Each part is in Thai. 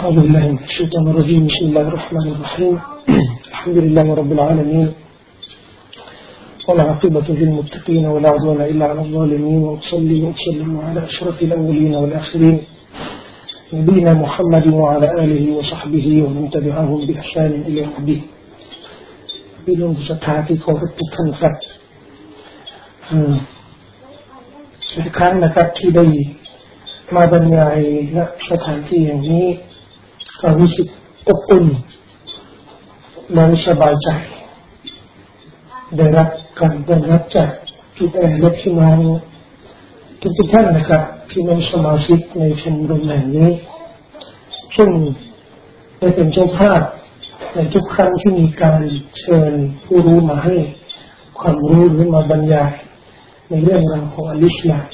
أعوذ بالله من الشيطان الرجيم بسم الله الرحمن الرحيم الحمد لله رب العالمين والعاقبة للمتقين ولا عدوان إلا على الظالمين وأصلي وأسلم على أشرف الأولين والآخرين نبينا محمد وعلى آله وصحبه ومن تبعهم بإحسان إلى يوم الدين พี่น้องศรัทธาที่เคารพทุกท่านครับสุดท้ายนะครับที่ได้มาบรรยายณสถานที่อย่างนี้ก็รู้สึกอบอุ่นและสบายใจได้รับการต้อนรับจากทุกพี่น้องทุกท่านนะครับที่เป็นสมาชิกในชมรมแห่งนี้ซึ่งได้เป็นเจ้าภาพในทุกครั้งที่มีการเชิญผู้รู้มาให้ความรู้หรือมาบรรยายในเรื่องราวของอัลอิสลาม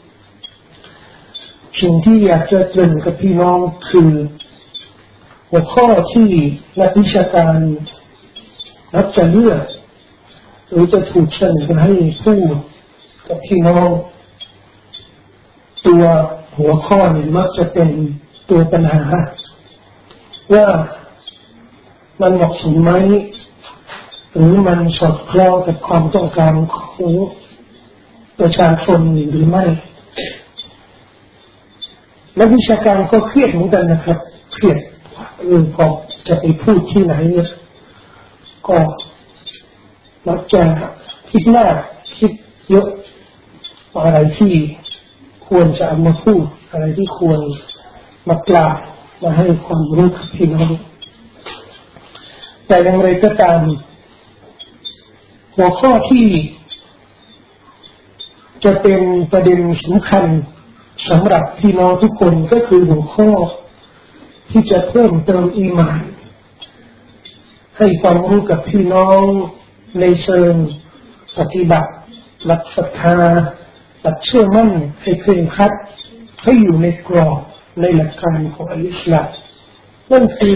สิ่งที่อยากจะเตือนกับพี่น้องคือหัวข้อที่นักวิชาการนับจะเลือกหรือจะถูกเสนอให้พูดกับพี่น้องตัวหัวข้อนี้มักจะเป็นตัวปัญหาว่ามันเหมาะสมไหมหรือมันสอดคล้องกับความต้องการของประชาชนหรือไม่นักวิชาการก็เครียดเหมือนกันนะครับเครียดพอจะไปพูดที่ไหนเนี่ยก็มักจะคิดมากคิดเยอะอะไรที่ควรจะเอามาพูดอะไรที่ควรมากล่าวมาให้ความรู้กับพี่น้องแต่อย่างไรก็ตามหัวข้อที่จะเป็นประเด็นสำคัญสำหรับพี่น้องทุกคนก็คือหัวข้อที่จะเพิ่มเติมอีหม่านให้ความรู้กับพี่น้องในเชิงปฏิบัติหลักศรัทธาหลักเชื่อมั่นให้เคร่งครัดให้อยู่ในกรอบในหลักการของอัลอิสลามนั่นคือ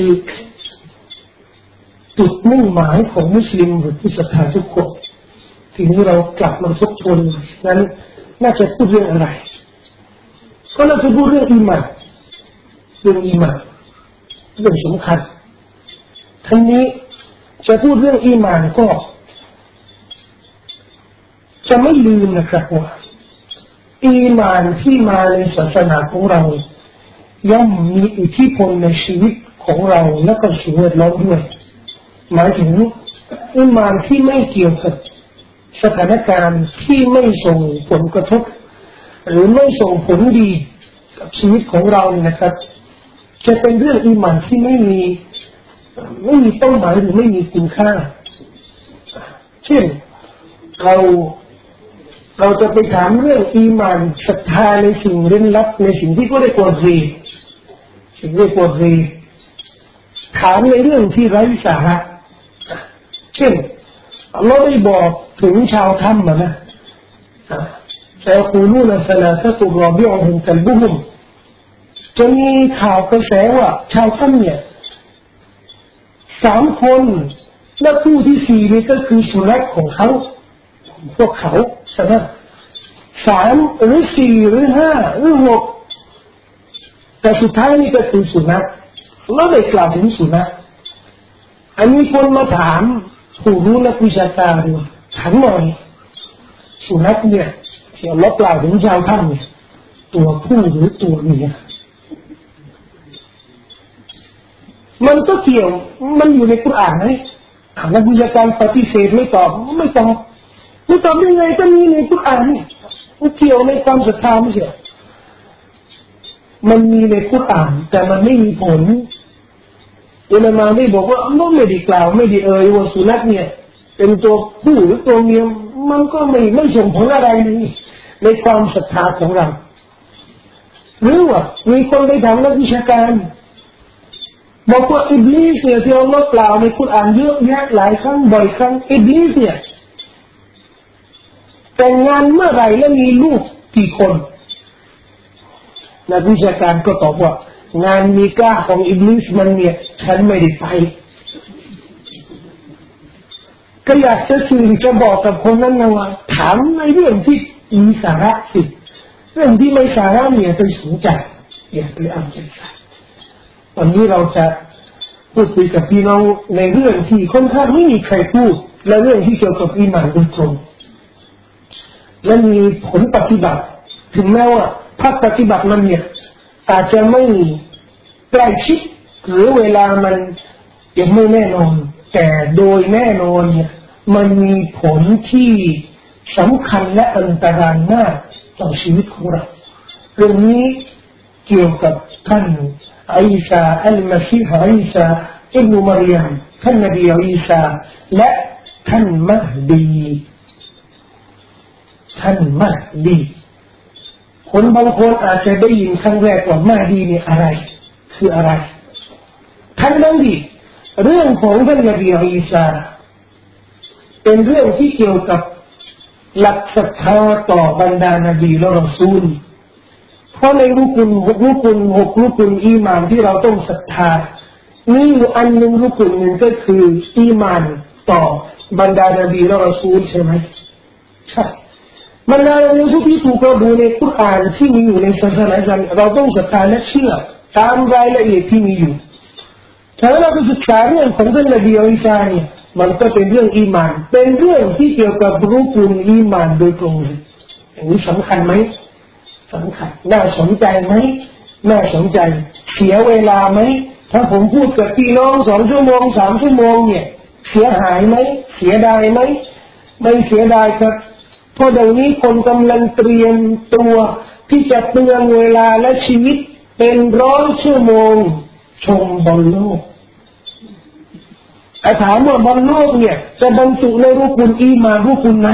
จุดมุ่งหมายของมุสลิมหรือผู้ศรัทธาทุกคนทีนี้เรากลับมาทบทวนนั้นน่าจะพูดเรื่องอะไรก็น่าจะพูดเรื่องอีหม่านเรื่องอีหม่านเรื่องสำคัญทั้งนี้จะพูดเรื่องอีหม่านก็จะไม่ลืมนะครับว่าอีหม่านที่มาในศาสนาของเราย่อมมีอิทธิพลในชีวิตของเราและก็สิ่งแวดล้อมด้วยหมายถึงอีหม่านที่ไม่เกี่ยวกับสถานการณ์ที่ไม่ส่งผลกระทบหรือไม่ส่งผลดีกับชีวิตของเราเนี่ยนะครับจะเป็นเรื่องอีหม่านที่ไม่มีเป้าหมายหรือไม่มีคุณค่าเช่นเราจะไปถามเรื่องอีหม่านศรัทธาในสิ่งเร้นลับในสิ่งที่ก็ได้กวดรีสิ่งที่กวดรีถามในเรื่องที่ไร้สาระเช่นเราได้บอกถึงชาวถ้ำนะسيقولون ثلاثة رابعهم كلبهم จะมีข่าวกระแสว่าชาวถ้ำเนี่ย3 คนและผู้ที่4นี่ก็คือสุนัขของเขาพวกเขาใช่ไหม3หรือ4หรือ5หรือ6แต่สุดท้ายนี่ก็คือสุนัขเราได้กล่าวถึงสุนัขอันนี้คนมาถามผู้รู้นักวิชาการถามหน่อยสุนัขเนี่ยที่อัลเลาะห์กล่าวถึงชาวถ้ำเนี่ยตัวผู้หรือตัวเมียมันก็เกี่ยวมันอยู่ในกุรอานไหมนักวิชาการปฏิเสธไม่ตอบได้ไงก็มีในกุรอานนี่มันเกี่ยวในความศรัทธาไม่ใช่มันมีในกุรอานแต่มันไม่มีผลอุลามะได้บอกว่าไม่ได้กล่าวไม่ได้ว่าสุนัขเนี่ยเป็นตัวผู้หรือตัวเมียมันก็ไม่ส่งผลอะไรในความศรัทธาของเราหรือว่ามีคนไปถามนักวิชาการบอกว่าอิบลิสเนี่ยที่อัลเลาะห์กล่าวในกุรอานเยอะแยะหลายครั้งบ่อยครั้งอิบลิสเนี่ยแต่งงานเมื่อไหร่และมีลูกกี่คนนักวิชาการก็ตอบว่างานมีก้าของอิบลิสมันเนี่ยฉันไม่ได้ไปก็อยากจะสื่อจะบอกกับคนนั้นนะว่าถามในเรื่องที่มีสาระสิเรื่องที่ไม่สาระเนี่ยไปสนใจอย่าไปเอาใจใส่วันนี้เราจะพูดคุยกับพี่น้องในเรื่องที่ค่อนข้างไม่มีใครพูดและเรื่องที่เกี่ยวกับอีหม่านโดยตรงและมีผลปฏิบัติถึงแม้ว่าภาคปฏิบัติมันเนี่ยอาจจะไม่ใกล้ชิดหรือเวลามันยังไม่แน่นอนแต่โดยแน่นอนเนี่ยมันมีผลที่สำคัญและอันตรายมากต่อชีวิตของเราเรื่องนี้เกี่ยวกับท่านอีสาอัลมาซีฮ์อีสาอิบนุมารยมท่านนบีอีสาและท่านมะฮดีคนบางคนอาจจะได้ยินครั้งแรกว่ามะฮดีเนี่ยอะไรคืออะไรท่านนั้นดิเรื่องของท่านนบีอีสาเป็นเรื่องที่เกี่ยวกับหลักศรัทธาต่อบรรดานบีและรอซูลเพราะในรุกุน6รุกุนอีหม่านที่เราต้องศรัทธามีอยู่อันหนึ่งรุกุนหนึ่งก็คืออีหม่านต่อบรรดานบีและรอซูลใช่ไหมใช่บรรดานบีที่ถูกระบุในกุรอานที่มีอยู่ในศาสนาอิสลามเราต้องศรัทธาและเชื่อตามรายละเอียดที่มีอยู่ถ้าเราไปศึกษาเรื่องของท่านนบีอีสาเนี่ยมันก็เป็นเรื่องอีหม่านเป็นเรื่องที่เกี่ยวกับรุกุนอีหม่านโดยตรงอย่างนี้สำคัญไหมสำคัญน่าสนใจไหมน่าสนใจเสียเวลาไหมถ้าผมพูดกับพี่น้อง2 ชั่วโมง 3 ชั่วโมงเนี่ยเสียหายไหมเสียดายไหมไม่เสียดายครับเพราะเดี๋ยวนี้คนกำลังเตรียมตัวที่จะเปลืองเวลาและชีวิตเป็น100 ชั่วโมงชมบอลโลกถามว่าบอลโลกเนี่ยจะบรรจุในรุกุนอีหม่านรุกุนไหน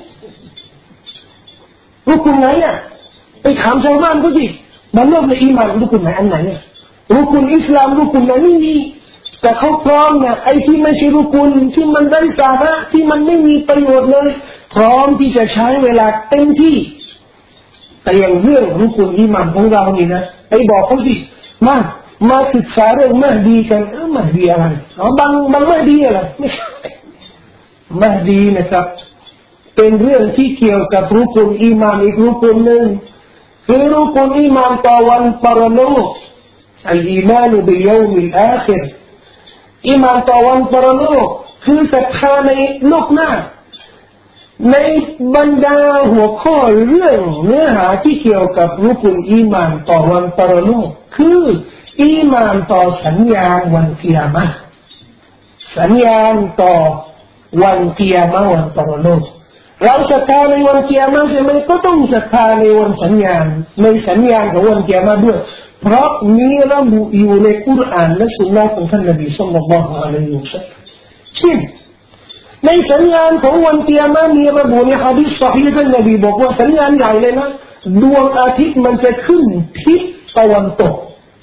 อ่ะไปถามชาวบ้านเขาสิบอลโลกในอีหม่านรุกุนไหนอันไหนเนี่ยรุกุนอิสลามรุกุนไหนไม่มีแต่เขาพร้อมเนี่ยไอ้ที่ไม่ใช่รุกุนที่มันไร้สาระที่มันไม่มีประโยชน์เลยพร้อมที่จะใช้เวลาเต็มที่แต่อย่างเรื่องรุกุนอีหม่านของเรานี่นะไปบอกเขาสิมาศึกษาเรื่องมะฮดีกันมะฮดีอะไรบางมะฮดีอะไรไม่ใช่มะฮดีนะครับเป็นเรื่องที่เกี่ยวกับรุกุนอีหม่านอีกรุกุนหนึ่งคือรุกุนอีหม่านต่อวันปรโลกอัลอีมานบิยอมิลอาคิรอีหม่านต่อวันปรโลกคือศรัทธาในโลกหน้าในบรรดาหัวข้อเรื่องเนื้อหาที่เกี่ยวกับรุกุนอีหม่านต่อวันปรโลกคืออีหม่านต่อสัญญาณวันกิยามะห์สัญญาณต่อวันกิยามะห์วันปรโลกเราศรัทธาในวันกิยามะห์ใช่ไหมก็ต้องศรัทธาในวันสัญญาณในสัญญาณของวันกิยามะห์ด้วยเพราะมีระบุอยู่ในกุรอานและสุนนะของท่านนบีศ็อลลัลลอฮุอะลัยฮิวะซัลลัมเช่นในสัญญาณของวันกิยามะห์มีระบุในหะดีษซอฮีฮ์ท่านนบีบอกว่าสัญญาณใหญ่เลยนะดวงอาทิตย์มันจะขึ้นทิศตะวันตก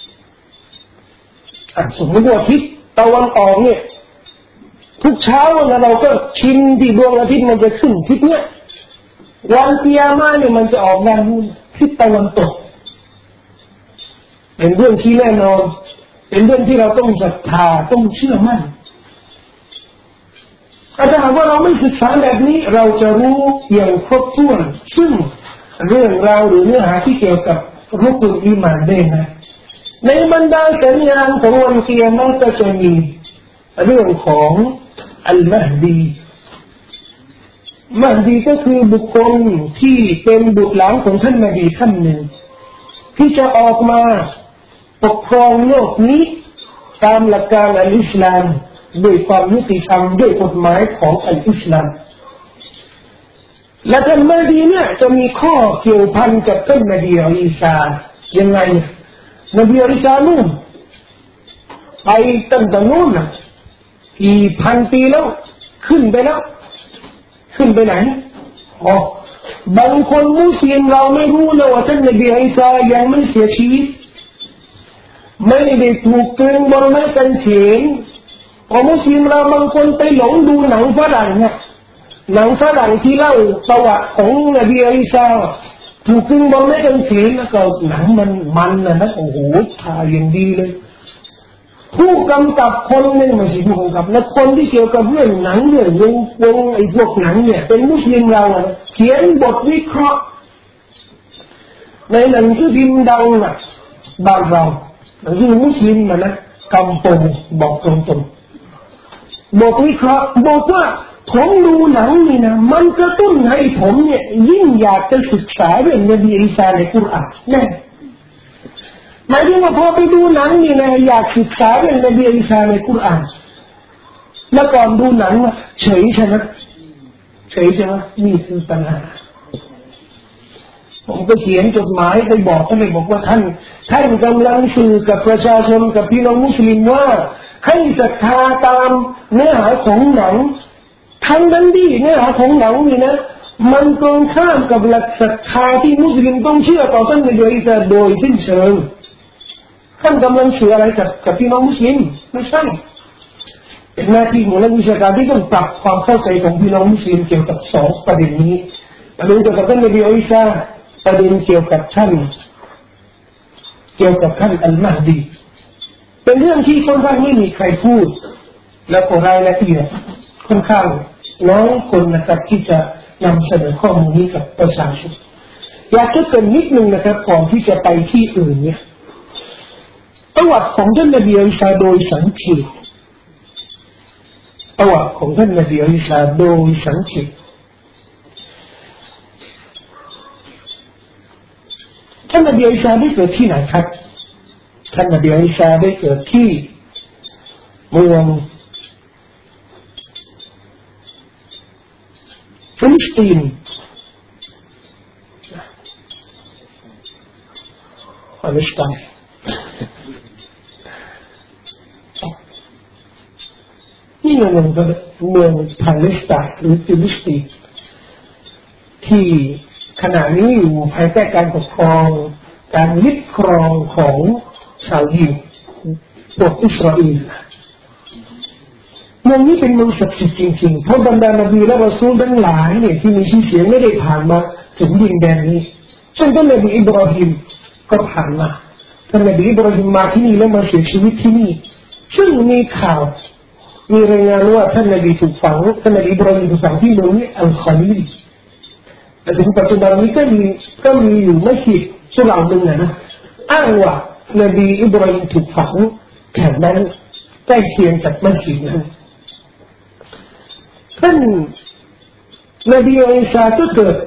สมมติว่าทิศตะวันออกเนี่ยทุกเช้าเราก็ชินที่ดวงอาทิตย์มันจะขึ้นทิศเนี้ยวันกิยามะห์เนี่ยมันจะออกด้านนู้นทิศตะวันตกเป็นเรื่องที่แน่นอนเป็นเรื่องที่เราต้องศรัทธาต้องเชื่อมั่นถ้าหากว่าเราไม่ศึกษาแบบนี้เราจะรู้อย่างครบถ้วนซึ่งเรื่องราวหรือเนื้อหาที่เกี่ยวกับรุกุนอีหม่านได้นะในบรรดาสัญญาณของวันกิยามะห์ก็จะมีเรื่องของอัลมะฮดีก็คือบุคคลที่เป็นบุตรหลานของท่านนบีท่านหนึ่งที่จะออกมาปกครองโลกนี้ตามหลักการอัลอิสลามด้วยความยุติธรรมด้วยกฎหมายของอัลอิสลามและท่านมะฮดีเนี่ยจะมีข้อเกี่ยวพันกับท่านนบีอีสายังไงนบีอีสานู่นไปตั้งแต่นู่นนะกี่พันปีแล้วขึ้นไปไหนบางคนมุสลิมเราไม่รู้เลยว่าท่านนบีอีสายังไม่เสียชีวิตไม่ได้ถูกตรึงบนไม้กางเขนพอมุสลิมเราบางคนไปหลงดูหนังฝรั่งเนี่ยหนังฝรั่งที่เล่าประวัติของนบีอีสาถูกตรึงบนไม้กางเขนแล้วก็หนังมันนะโอ้โหถ่ายอย่างดีเลยผู้กำกับคนนึงไม่ใช่ผู้กำกับและคนที่เกี่ยวกับเรื่องหนังเรื่องวงไอ้พวกหนังเนี่ยเป็นมุสลิมเราเขียนบทวิเคราะห์ในหนังสือพิมพ์ดังบ้านเรายิ่งมุสลิมนะกำปงบอกตรงๆบอกวิเคราะห์บอกว่าผมดูหนังนี่นะมันกระตุ้นให้ผมเนี่ยยิ่งอยากจะศึกษาเรื่องนบีอีสาในกุรอานแน่หมายถึงว่าพอไปดูหนังนี่นะอยากศึกษาเรื่องนบีอีสาในกุรอานแล้วก่อนดูหนังเฉยใช่ไหมเฉยใช่ไหมนี่คือปัญหาผมก็เขียนจดหมายไปบอกท่านเลยบอกว่าท่านกำลังสื่อกับประชาชนกับพี่น้องมุสลิมว่าให้ศรัทธาตามเนื้อหาของหนังทั้งนั้นดีเนื้อหาของหนังนี่นะมันตรงข้ามกับหลักศรัทธาที่มุสลิมต้องเชื่อต่อท่านนบีอีสาโดยสิ้นเชิงท่านกำลังสื่ออะไรกับพี่น้องมุสลิมไม่ใช่เป็นหน้าที่ของนักวิชาการที่ต้องปรับความเข้าใจของพี่น้องมุสลิมเกี่ยวกับสองประเด็นนี้ประเด็นเกี่ยวกับท่านนบีอีสาประเด็นเกี่ยวกับท่านอัลมาฮดีเป็นเรื่องที่ค่อนข้างไม่มีใครพูดแล้วก็รายละเอียดค่อนข้างน้อยคนนะครับที่จะนำเสนอข้อมูลนี้กับประชาชนอยากจะเกริ่นนิดนึงนะครับก่อนที่จะไปที่อื่นเนี่ยประวัติของท่านนบีอีสาโดยสังเขปประวัติของท่านนบีอีสาโดยสังเขปท่านนบีอีสาได้เกิดที่ไหนครับท่านนบีอีสาได้เกิดที่เมืองฟิลิสตีนปาเลสไตน์นี่เมืองปาเลสไตน์หรือฟิลิสตีนที่ขณะนี้อยู่ภายใต้การปกครองการยึดครองของชาวยิวพวกอิสราเอลเมืองนี้เป็นเมืองศักดิ์สิทธิ์จริงๆเพราะบรรดานบีและรอซูลทั้งหลายเนี่ยที่มีชื่อเสียงไม่ได้ผ่านมาถึงดินแดนนี้เช่นท่านนบีอิบราฮิมก็ผ่านมาท่านนบีอิบราฮิมมาที่นี่แล้วมาเสียชีวิตที่นี่ซึ่งมีข่าวมีรายงานว่าท่านนบีถูกฝังท่านนบีอิบราฮิมถูกฝังที่เมืองนี้อัลคอลีแต่ถึงปัจจุบันนี้ก็มีอยู่ไม่กี่สุเหร่าหนึ่งนะอ้างว่านบีอิบราฮิมถูกฝังแถวนั้นใกล้เคียงกับมัสยิดนั้นท่านนบีอีสาก็เกิด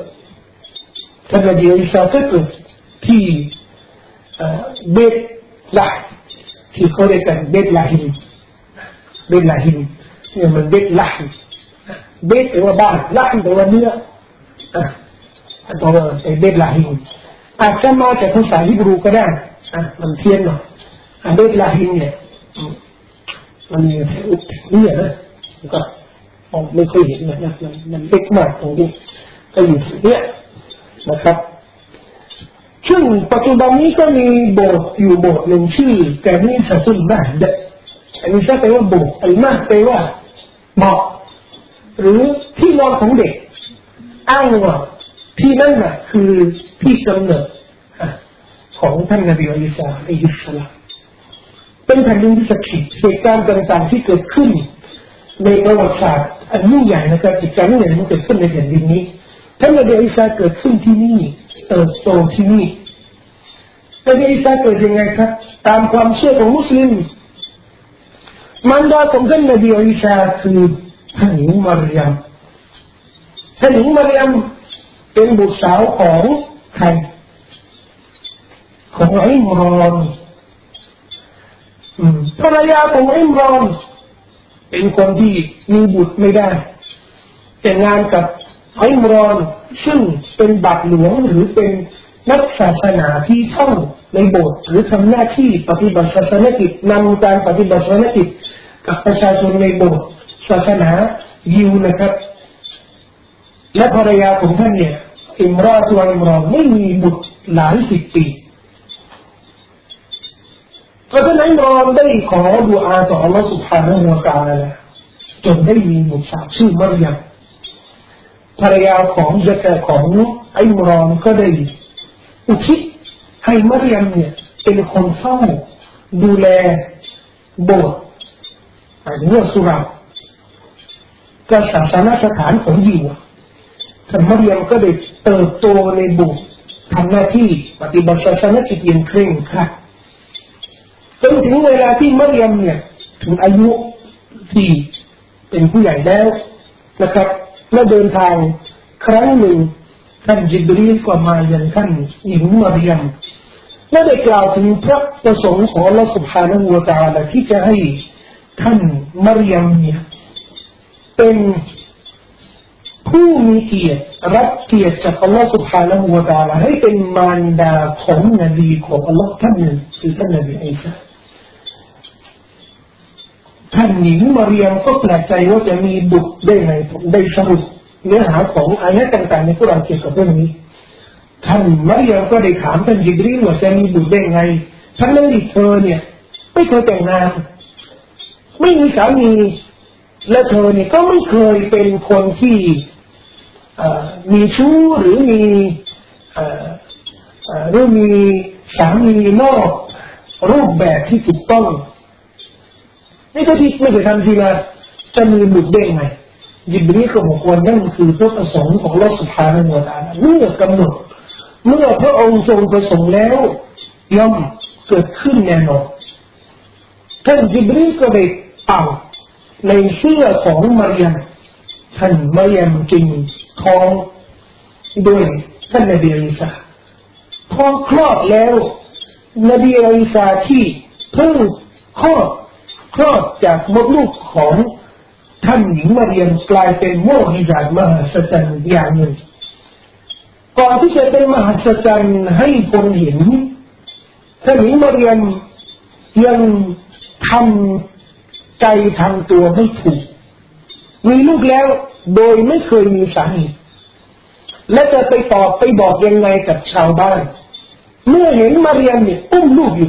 ที่เบตละที่เขาเรียกกันเบตละฮิมเนี่ยมันเบตละฮิมเบตแปลว่าบ้านละฮิมแปลว่าเนื้อตัวเบตละฮิมอาจจะมาจากภาษาฮิบรูก็ได้มันเพี้ยนหน่อยเบตละฮิมเนี่ยมันมีเนี่ยนะก็ไม่เคยเห็นนะมันเล็กมากตรงนี้ก็อยู่เนี่ยนะครับซึ่งปัจจุบันนี้ก็มีโบสถ์อยู่โบสถ์หนึ่งชื่อกานิซะตุลมาฮ์ดอันนี้แปลว่าโบสถ์อัลมาฮ์แปลว่าเบาะหรือที่นอนของเด็กอ้างว่าที่นั่นน่ะคือที่กำเนิดของท่านนบีอีสาอะลัยฮิสสลามเป็นแผ่นดินที่ศักดิ์สิทธิ์เหตุการณ์ต่างๆที่เกิดขึ้นในประวัติศาสตร์อันยิ่งใหญ่นะครับเหตุการณ์ยิ่งใหญ่ที่เกิดขึ้นในแผ่นดินนี้ท่านนบีอีสาเกิดขึ้นที่นี่เติบโตที่นี่นบีอีสาเกิดยังไงครับตามความเชื่อของมุสลิมมารดาของท่านนบีอีสาคือท่านหญิงมารยามเป็นบุตรสาวของใครของอิมรอนภรรยาของอิมรอนเป็นคนที่มีบุตรไม่ได้แต่งงานกับอิมรอนซึ่งเป็นบาทหลวงหรือเป็นนักศาสนาที่เข้าในโบสถ์หรือทำหน้าที่ปฏิบัติศาสนกิจนำการปฏิบัติศาสนกิจกับประชาชนในโบสถ์ศาสนายิวนะครับและภรรยาของท่านเนี่ยอิมรอนไม่มีบุตรหลายสิบปีเพราะฉะนั้นอิมรอนได้ขอดุอาต่อ Allah سبحانه และ تعالى จนได้มีบุตรสาวชื่อมารยามภรรยาของอิมรอนก็ได้อุทิศให้มารยามเนี่ยเป็นคนเฝ้าดูแลโบสถ์หรือว่าสุราก็ศาสนสถานของยิวท่านมารยามก็ได้เติบโตในโบสถ์ทำหน้าที่ปฏิบัติศาสนกิจอย่างเคร่งครัดจนถึงเวลาที่มัรยมเนี่ยถึงอายุที่เป็นผู้ใหญ่แล้วนะครับและเดินทางครั้งหนึ่งท่านญิบรีลก็มายังท่านหญิงมัรยมและได้กล่าวถึงพระประสงค์ของอัลเลาะห์ سبحانه และ تعالى ที่จะให้ท่านมัรยมเนี่ยเป็นผู้มีเกียรติรับเกียรติจากอัลเลาะห์ سبحانه และ تعالى ให้เป็นมารดาของนบีของอัลเลาะห์ท่านหนึ่งคือท่านนบีอีสาท่านหญิงมัรยมก็แปลกใจว่าจะมีบุตรได้ไงผมได้สรุปเนื้อหาของอายะห์ต่างๆในกุรอานเกี่ยวกับเรื่องนี้ท่านมัรยมก็ได้ถามท่านญิบรีลว่าจะมีบุตรได้ไงทั้งนั้นที่เธอเนี่ยไม่เคยแต่งงานไม่มีสามีและเธอเนี่ยก็ไม่เคยเป็นคนที่มีชู้หรือมีสามีนอกรูปแบบที่ถูกต้องนี่ก็ที่ไม่เคยทำทีละจะมีบุตรได้ไงยิบรีก็บอกว่านั่นคือพระประสงค์ของอัลเลาะห์ซุบฮานะฮูวะตะอาลาเมื่อกำหนดเมื่อพระองค์ทรงประสงค์แล้วย่อมเกิดขึ้นแน่นอนท่านยิบรีก็ได้เป่าในเสื้อของมัรยมท่านมัรยมจึงท้องด้วยท่านนบีอีสาพอคลอดแล้วนบีอีสาที่เพิ่งคลอดจากมดลูกของท่านหญิงมัรยมกลายเป็นโมหิจาตมหัศจรรย์อย่างหนึ่งก่อนที่จะเป็นมหัศจรรย์ให้คนเห็นท่านหญิงมัรยมยังทำใจทำตัวไม่ถูกมีลูกแล้วโดยไม่เคยมีสามีและจะไปบอกยังไงกับชาวบ้านเมื่อเห็นมัรยมเนี่ยอุ้มลูกอยู่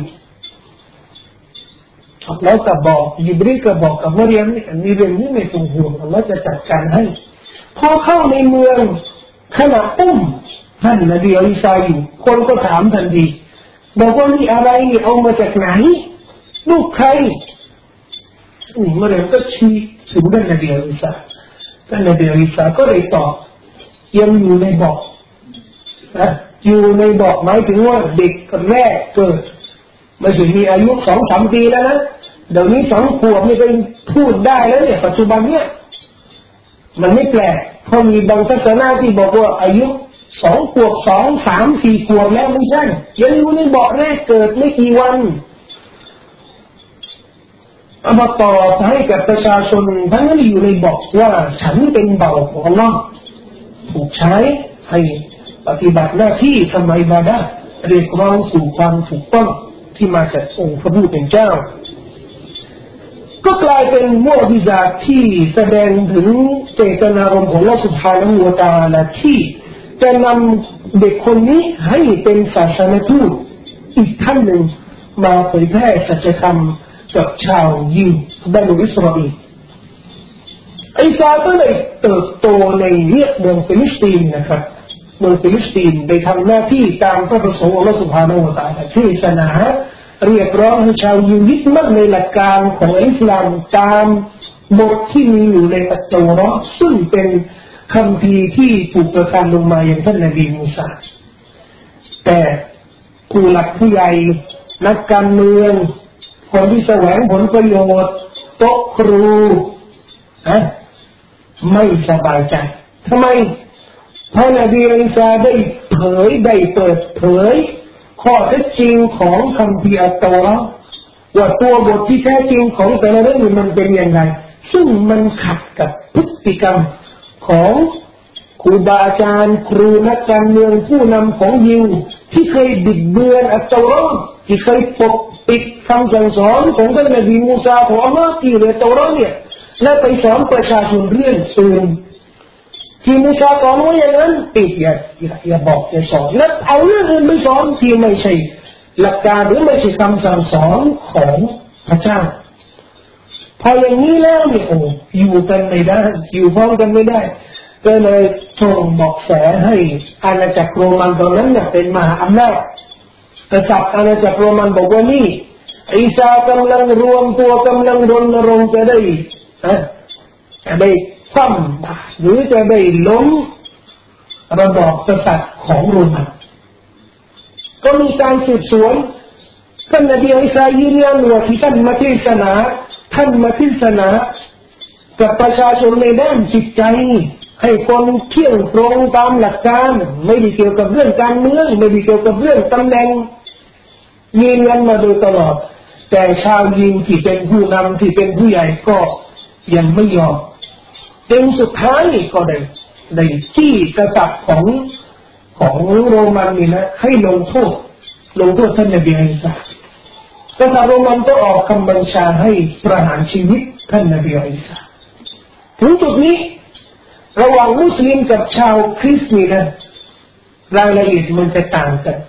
แล้วก็บอกยิบรีก็บอกกับมัรยมนี่มีเรื่องนี้ไม่ต้องห่วงอัลเลาะห์จะจัดการให้พอเข้าในเมืองขณะอุ้มท่านนบีอีสาอยู่คนก็ถามทันทีบอกว่านี่อะไรนี่เอามาจากไหนลูกใครมัรยมก็ชี้ถึงท่านนบีอีสาท่านนบีอีสาก็เลยตอบยังอยู่ในบ่ออยู่ในบ่อหมายถึงว่าเด็กแรกเกิดไม่ใช่มีอายุ 2-3 ปีแล้วนะเดี๋ยวนี้2 ขวบนี่เป็นพูดได้แล้วเนี่ยปัจจุบันเนี่ยมันไม่แปลกเพราะมีบางศาสนาที่บอกว่าอายุ2 ขวบ 2, 3, 4 ขวบแล้วไม่ใช่ยังอยู่ในบ่อแรกเกิดไม่กี่วันเอามาตอบให้กับประชาชนทั้งนั้นอยู่ในบ่อว่าฉันเป็นเบาของอัลเลาะห์ถูกใช้ให้ปฏิบัติหน้าที่ทำอิบาดะห์เรียกร้องสู่ความถูกต้องที่มาจากองค์พระผู้เป็นเจ้าก็กลายเป็นมุอ์ญิซาตที่แสดงถึงเจตนารมณ์ของอัลเลาะห์ซุบฮานะฮูวะตะอาลาที่จะนำเด็กคนนี้ให้เป็นศาสนทูตอีกท่านหนึ่งมาเผยแพร่สัจธรรมกับชาวยิวบันูอิสราเอลอีสาก็เลยเติบโตในเมืองฟิลิสตินนะครับเมืองฟิลิสตินได้ทำหน้าที่ตามพระประสงค์ของอัลเลาะห์ซุบฮานะฮูวะตะอาลาเทศนาเรียกร้องให้ชาวยิวยึดมั่นในหลักการของอิสลามตามบทที่มีอยู่ในอัตเตาเราะห์ซึ่งเป็นคัมภีร์ที่ถูกประทานลงมาอย่างท่านนบีมูซาแต่ผู้หลักผู้ใหญ่นักการเมืองคนที่แสวงผลประโยชน์โต๊ะครูไม่สบายใจทำไมเพราะนบีอีสาได้เปิดเผยข้อเท็จจริงของคัมภีร์อัตเตาเราะห์ว่าตัวบทที่แท้จริงของแต่ละเรื่องมันเป็นยังไงซึ่งมันขัดกับพฤติกรรมของครูบาอาจารย์ครูนักการเมืองผู้นำของยิวที่เคยบิดเบือนอัตเตาเราะห์ที่เคยปกปิดคำสั่งสอนของท่านนบีมูซาของอัลเลาะห์ที่ในอัตเตาเราะห์เนี่ยและไปสอนประชาชนเรื่องอื่นที่มูซาสอนว่าอย่างนั้นปิดอย่าบอกอย่าสอนและเอาเรื่องอื่นไปสอนที่ไม่ใช่หลักการหรือไม่ใช่คำสั่งสอนของพระเจ้าพออย่างนี้แล้วเนี่ยโอ้อยู่กันไม่ได้อยู่พร้อมกันไม่ได้ก็เลยส่งบอกแสให้อาณาจักรโรมันตอนนั้นเนี่ยเป็นมหาอำนาจกษัตริย์อาณาจักรโรมันบอกว่านี่อีสากำลังรวมตัวกำลังรณรงค์จะได้คว่ำหรือจะได้ล้มระบอบกษัตริย์ของโรมันก็มีการสืบสวนท่านนบีอีสายืนยันว่าที่ท่านมาเทศนากับประชาชนในด้านจิตใจให้คนเที่ยงตรงตามหลักการไม่ได้เกี่ยวกับเรื่องการเมืองไม่ได้เกี่ยวกับเรื่องตำแหน่งยืนยันมาโดยตลอดแต่ชาวยิวที่เป็นผู้นำที่เป็นผู้ใหญ่ก็ยังไม่ยอมจนสุดท้ายก็ได้จี้กษัตริย์ของโรมันนี่นะให้ลงโทษท่านนบีอีสากษัตริย์โรมันก็ออกคำบัญชาให้ประหารชีวิตท่านนบีอีสาถึงจุดนี้ระหว่างมุสลิมกับชาวคริสต์นี่นะรายละเอียดมันจะต่างกัน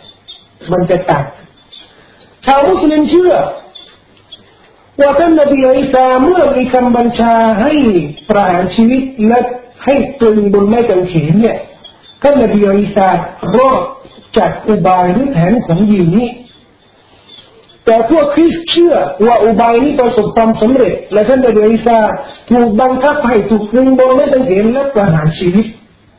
ชาวมุสลิมเชื่อว่าท่านนบีอีสาเมื่อมีคำบัญชาให้ประหารชีวิตและให้ตรึงบนไม้กางเขนเนี่ยท่านนบีอีสารอดจากอุบายหรือแผนของยิวนี้แต่พวกคริสต์เชื่อว่าอุบายนี้ประสบความสำเร็จและท่านนบีอีสาถูกบังคับให้ถูกตรึงบนไม้กางเขนและประหารชีวิต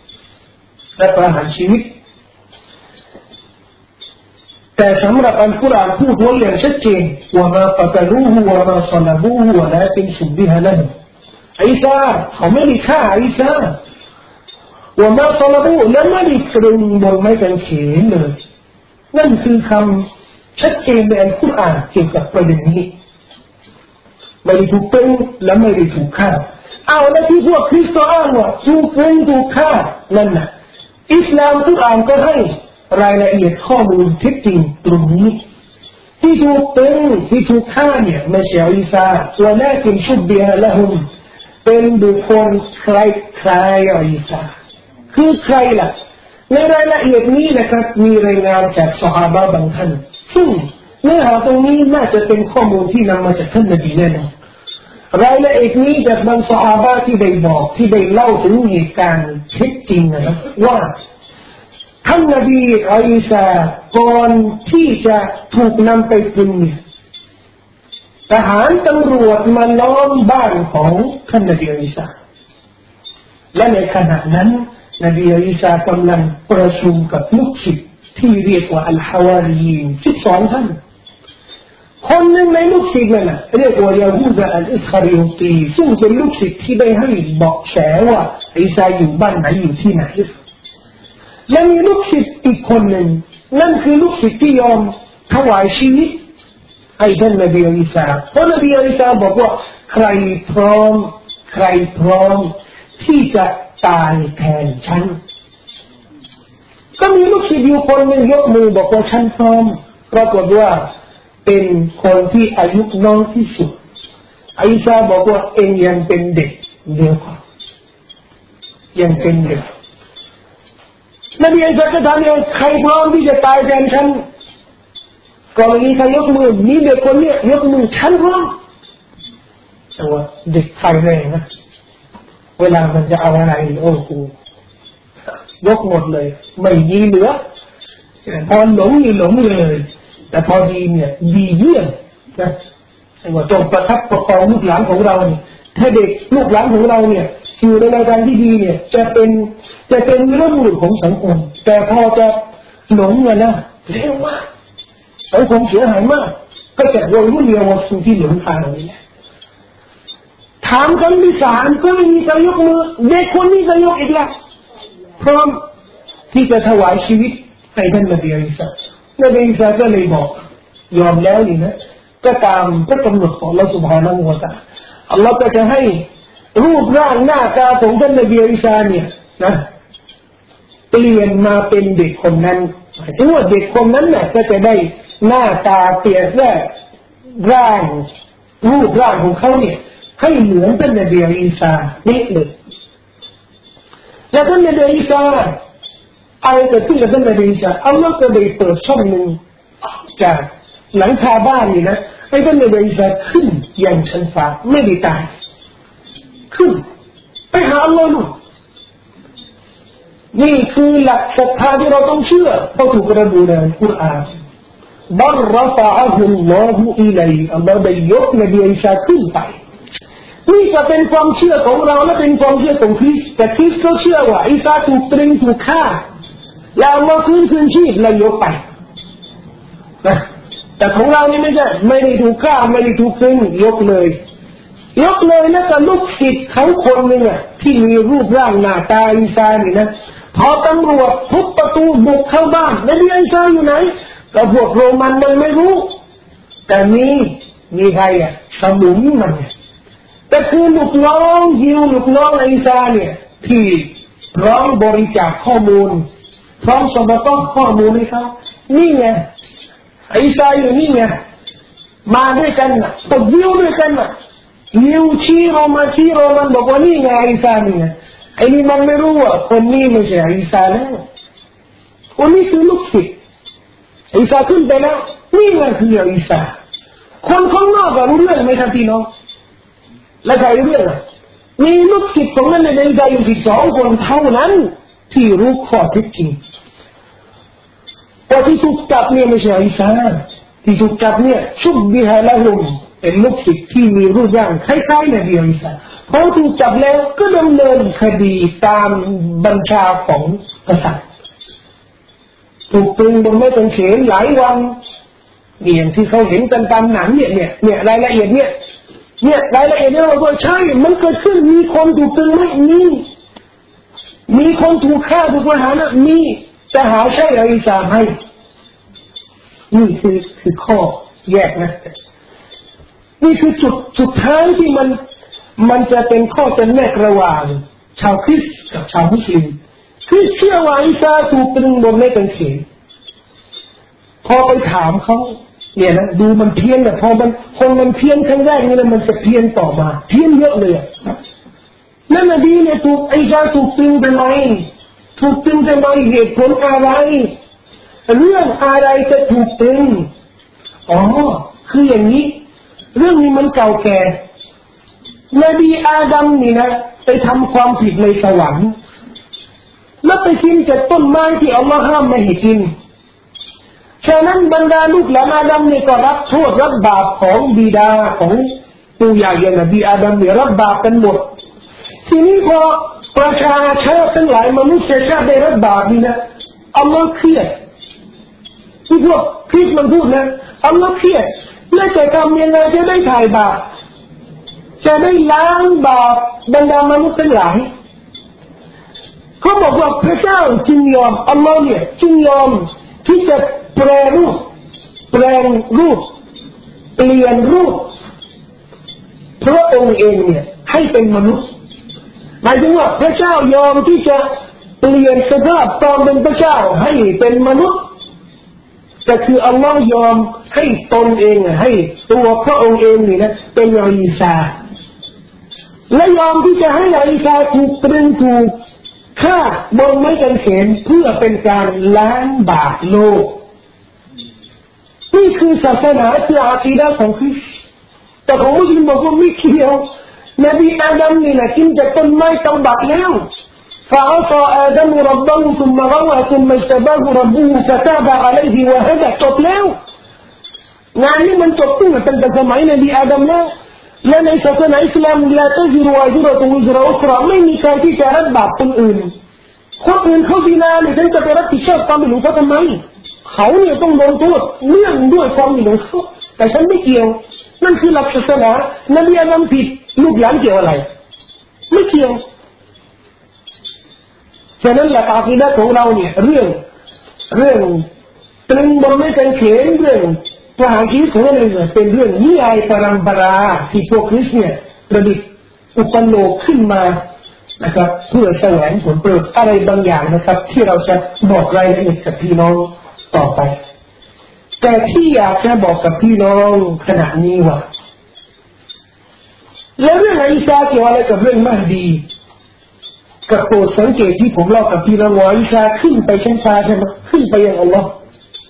แต่สำหรับอัลกุรอานพูดไว้อย่างชัดเจนว่ามาปะตะลูฮูวะมาศะลาบูฮูวะลากินชุบบิฮะละฮุอีสาเขาไม่ได้ฆ่าอีสาว่ามาศะลาบูและไม่ได้ตรึงบนไม้กางเขนเลยนั่นคือคำชัดเจนในอัลกุรอานเกี่ยวกับประเด็นนี้ไม่ได้ถูกตรึงและไม่ได้ถูกฆ่าเอาแล้วที่พวกคริสต์อ้างว่าถูกตรึงถูกฆ่านั่นน่ะอิสลามกุรอานก็ให้รายละเอียดข้อมูลเท็จจริงตรงนี้ที่ถูกตรึงที่ถูกฆ่าเนี่ยไม่ใช่อีสาส่วนแรกเป็นชุบเบียละหุมเป็นบุคคลใครอีสาคือใครล่ะในรายละเอียดนี้นะครับมีรายงานจากซอฮาบะห์บางท่านซึ่งเนื้อหาตรงนี้น่าจะเป็นข้อมูลที่นำมาจากท่านนบีแน่นอนรายละเอียดนี้จากบางซอฮาบะห์ที่ได้บอกที่ได้เล่าถึงเหตุการณ์เท็จจริงนะครับว่าท่านนบีอีสาก่อนที่จะถูกนำไปตรึงทหารตำรวจมาล้อมบ้านของท่านนบีอีสาและในขณะนั้นนบีอีสากำลังประชุมกับลูกศิษย์ที่เรียกว่าอัลฮาวารีน12 ท่านคนหนึ่งในลูกศิษย์นั่นน่ะเรียกว่ายาฮูดะอัลอิสคาริโอตีซึ่งเป็นลูกศิษย์ที่ได้ให้บอกแฉว่าอีสาอยู่บ้านไหนอยู่ที่ไหนและมีลูกศิษย์อีกคนหนึ่งนั่นคือลูกศิษย์ที่ยอมถวายชีวิตให้ท่านนบีอีสาเพราะนบีอีสาบอกว่าใครพร้อมที่จะตายแทนฉันก็มีลูกศิษย์อยู่คนหนึ่งยกมือบอกว่าฉันพร้อมปรากฏว่าเป็นคนที่อายุน้อยที่สุดอีสาบอกว่าเองยังเป็นเด็กเดียวกันยังเป็นเด็กนบีอีสาก็ถามว่าใครพร้อมที่จะตายแทนฉันก็มีใครยกมือมีเด็กคนนี้ยกมือฉันพร้อมแต่ว่าเด็กไฟแรงนะเวลามันจะเอาอะไรโอ้โหยกหมดเลยไม่มีเหลือพอหลงเลยแต่พอดีเนี่ยดีเยี่ยมนะไอ้ว่าจงประทับประคองลูกหลานของเราเนี่ยถ้าเด็กลูกหลานของเราเนี่ยอยู่ในทางที่ดีเนี่ยจะเป็นเรื่องหลุดของสังคมแต่พอจะหลงเนี่ยนะเร็วมากสังคมเสียหายมากก็จะโดยรุ่นเดียวว่าสิ่งที่หลงทางนี่แหละถามกันที่ศาลก็ไม่มีใครยกมือเด็กคนนี้จะยกอีกละพร้อมที่จะถวายชีวิตให้ท่านนบีอีสานบีอีสาก็เลยบอกยอมแล้วนี่นะก็ตามพระกำหนดของอัลเลาะห์ซุบฮานะฮูวะตะอาลาอัลเลาะห์ก็จะให้รูปร่างหน้าตาของท่านนบีอีสาเนี่ยนะเปลี่ยนมาเป็นเด็กคนนั้นถึงว่าเด็กคนนั้นน่ะก็จะได้หน้าตาเปลี่ยนแปลงรูปร่างของเขาเนี่ยให้เหมือนท่านนบีอีสาเด็กเลยและท่านนบีอีสาอะไรเกิดขึ้นกับท่านนบีอีสาอัลลอฮ์ก็ได้เปิดช่องหนึ่งจากหลังคาบ้านนี่นะให้ท่านนบีอีสาขึ้นยังชั้นฟ้าไม่ได้ตายขึ้นไปหาอัลลอฮ์นู่นนี่คือหลักศรัทธาที่เราต้องเชื่อเพราะถูกระบุในอัลกุรอานบัรรฟะอะฮุลลอฮุอิลัยอัลลอฮ์ได้ยกนบีอีสาขึ้นไปนี่จะเป็นความเชื่อของเราและเป็นความเชื่อของคริสต์แต่คริสต์ก็เชื่อว่าอีสาถูกตรึงถูกฆ่าแล้วอัลลอฮ์คืนชีพและยกไปนะแต่ของเรานี่ไม่ใช่ไม่ได้ถูกฆ่าไม่ได้ถูกตึงยกเลยแล้วก็ลูกศิษย์เขาคนนึงอ่ะที่มีรูปร่างหน้าตาอีสานนี่นะพอตำรวจทุบประตูบุกเข้าบ้านนบีอีสาอยู่ไหนก็พวกโรมันมันไม่รู้แต่มีใครอ่ะสมุนมันแต่คือลูกน้องยิวลูกน้องอีสาเนี่ยที่พร้อมบริจาคข้อมูลพร้อมสมทบข้อมูลให้เขานี่ไงอีสาอยู่นี่ไงมาด้วยกันน่ะตบยิวด้วยกันน่ะยิวชี้โรมันบอกว่านี่ไงอีสานี่ไงไอ้นี่มันไม่รู้ว่าคนนี้ไม่ใช่อีสาแล้วคนนี้คือลูกศิษย์อีสาขึ้นไปแล้วนี่ไงคืออีสาคนข้างนอกก็รู้เรื่องไหมครับพี่น้องและใครรู้เรื่องมีลูกศิษย์ของนั้นในใจอยู่12 คนเท่านั้นที่รู้ข้อเท็จจริงว่าที่ถูกจับเนี่ยไม่ใช่อีสาที่ถูกจับเนี่ยชุบบิฮาละฮุมเป็นลูกศิษย์ที่มีรูปร่างคล้ายๆนบีอีสาพอถูกจับแล้วก็ดำเนินคดีตามบัญชาของกษัตริย์ถูกตรึงบนไม้กางเขนหลายวันอย่างที่เขาเห็นกันตามหนังเนี่ยรายละเอียดเนี่ยรายละเอียดเนี่ยเราก็ใช่มันเกิดขึ้นมีคนถูกตรึงไหมมีคนถูกฆ่าถูกประหารนะมีจะหาใช่อีสาให้นี่คือข้อแยกนะนี่คือจุดสุดท้ายที่มันจะเป็นข้อจำแนกระหว่างชาวคริสต์กับชาวมุสลิมคือเชื่อว่าอีสาถูกตรึงบนไม้กางเขนพอไปถามเขาเนี่ยนะดูมันเพี้ยนแต่พอมันเพี้ยนครั้งแรกนี่นะมันจะเพี้ยนต่อมาเพี้ยนเยอะเลยนั่นนบีเนี่ยถูกอีสาถูกตรึงไปไหมถูกตรึงไปไหมเหตุผลอะไรเรื่องอะไรจะถูกตรึงคืออย่างนี้เรื่องนี้มันเก่าแก่นบีอาดัมนี่นะไปทำความผิดในสวรรค์แล้วไปกินจากต้นไม้ที่อัลลอฮ์ห้ามไม่ให้กินฉะนั้นบรรดาลูกหลานอาดัมเนี่ยก็รับโทษรับบาปของบิดาของปู่ย่าอย่างนบีอาดัมเนี่ยรับบาปกันหมดทีนี้พอประชาชาติทั้งหลายมนุษยชาติได้รับบาปนี่นะอัลลอฮ์เครียดที่พวกคริสต์มันพูดนะอัลลอฮ์เครียดแล้วจะทำยังไงจะได้ถ่ายบาปจะได้ล้างบาปบรรดามนุษย์ทั้งหลายเขาบอกว่าพระเจ้าจึงยอมอัลลอฮ์เนี่ยจึงยอมที่จะแปลงรูปเปลี่ยนรูปพระองค์เองเนี่ยให้เป็นมนุษย์หมายถึงว่าพระเจ้ายอมที่จะเปลี่ยนสภาพตอนเป็นพระเจ้าให้เป็นมนุษย์แต่คืออัลลอฮ์ยอมให้ตนเองให้ตัวพระองค์เองนี่นะเป็นอีสาและยอมที่จะให้อีสาถูกตรึงถูกฆ่าบนไม้กางเขนเพื่อเป็นการล้างบาปโลกนี่คือศาสนาคืออาคีดะห์ของคริสต์แต่ของมุสลิมบอกว่าไม่เกี่ยวนบีอาดัมนี่นะกินจากต้นไม้เตาบัตแล้วفعصى آدم ربه ثم غوى ثم اجتباه ربه فتاب عليه وهدى จบแล้วงานนี้มันจบตั้งแต่สมัยนบีอาดัมแล้วและในศาสนาอิสลามละตัซิรุวาซิเราะตุนวิซรอุคเราะห์ไม่มีใครที่จะรับบาปคนอื่นเขาซินาเนี่ยจะไปรับผิดชอบความผิดของเขาทำไมเขาเนี่ยต้องโดนโทษเนื่องด้วยความผิดของเขาแต่ฉันไม่เกี่ยวนั่นคือหลักศาสนานบีอาดัมผิดลูกหลานเกี่ยวอะไรไม่เกี่ยวฉะนั้นหลักอาคีดะห์ของเราเนี่ยเรื่องตรึงบนไม้กางเขนเรื่องประหารชีวิตของเราเนี่ยเป็นเรื่องนิยายปรัมปราที่พวกคริสต์เนี่ยประดิษฐ์อุปโลกขึ้นมานะครับเพื่อแสวงผลประโยชน์อะไรบางอย่างนะครับที่เราจะบอกรายละเอียดกับพี่น้องต่อไปแต่ที่อยากจะบอกกับพี่น้องขณะนี้ว่าแล้วเรื่องอีสาเกี่ยวอะไรกับเรื่องมหดีกับโปรดสังเกตที่ผมเล่ากับพี่น้องว่าอีสาขึ้นไปชั้นฟ้าใช่ไหมขึ้นไปยังอัลลอฮ์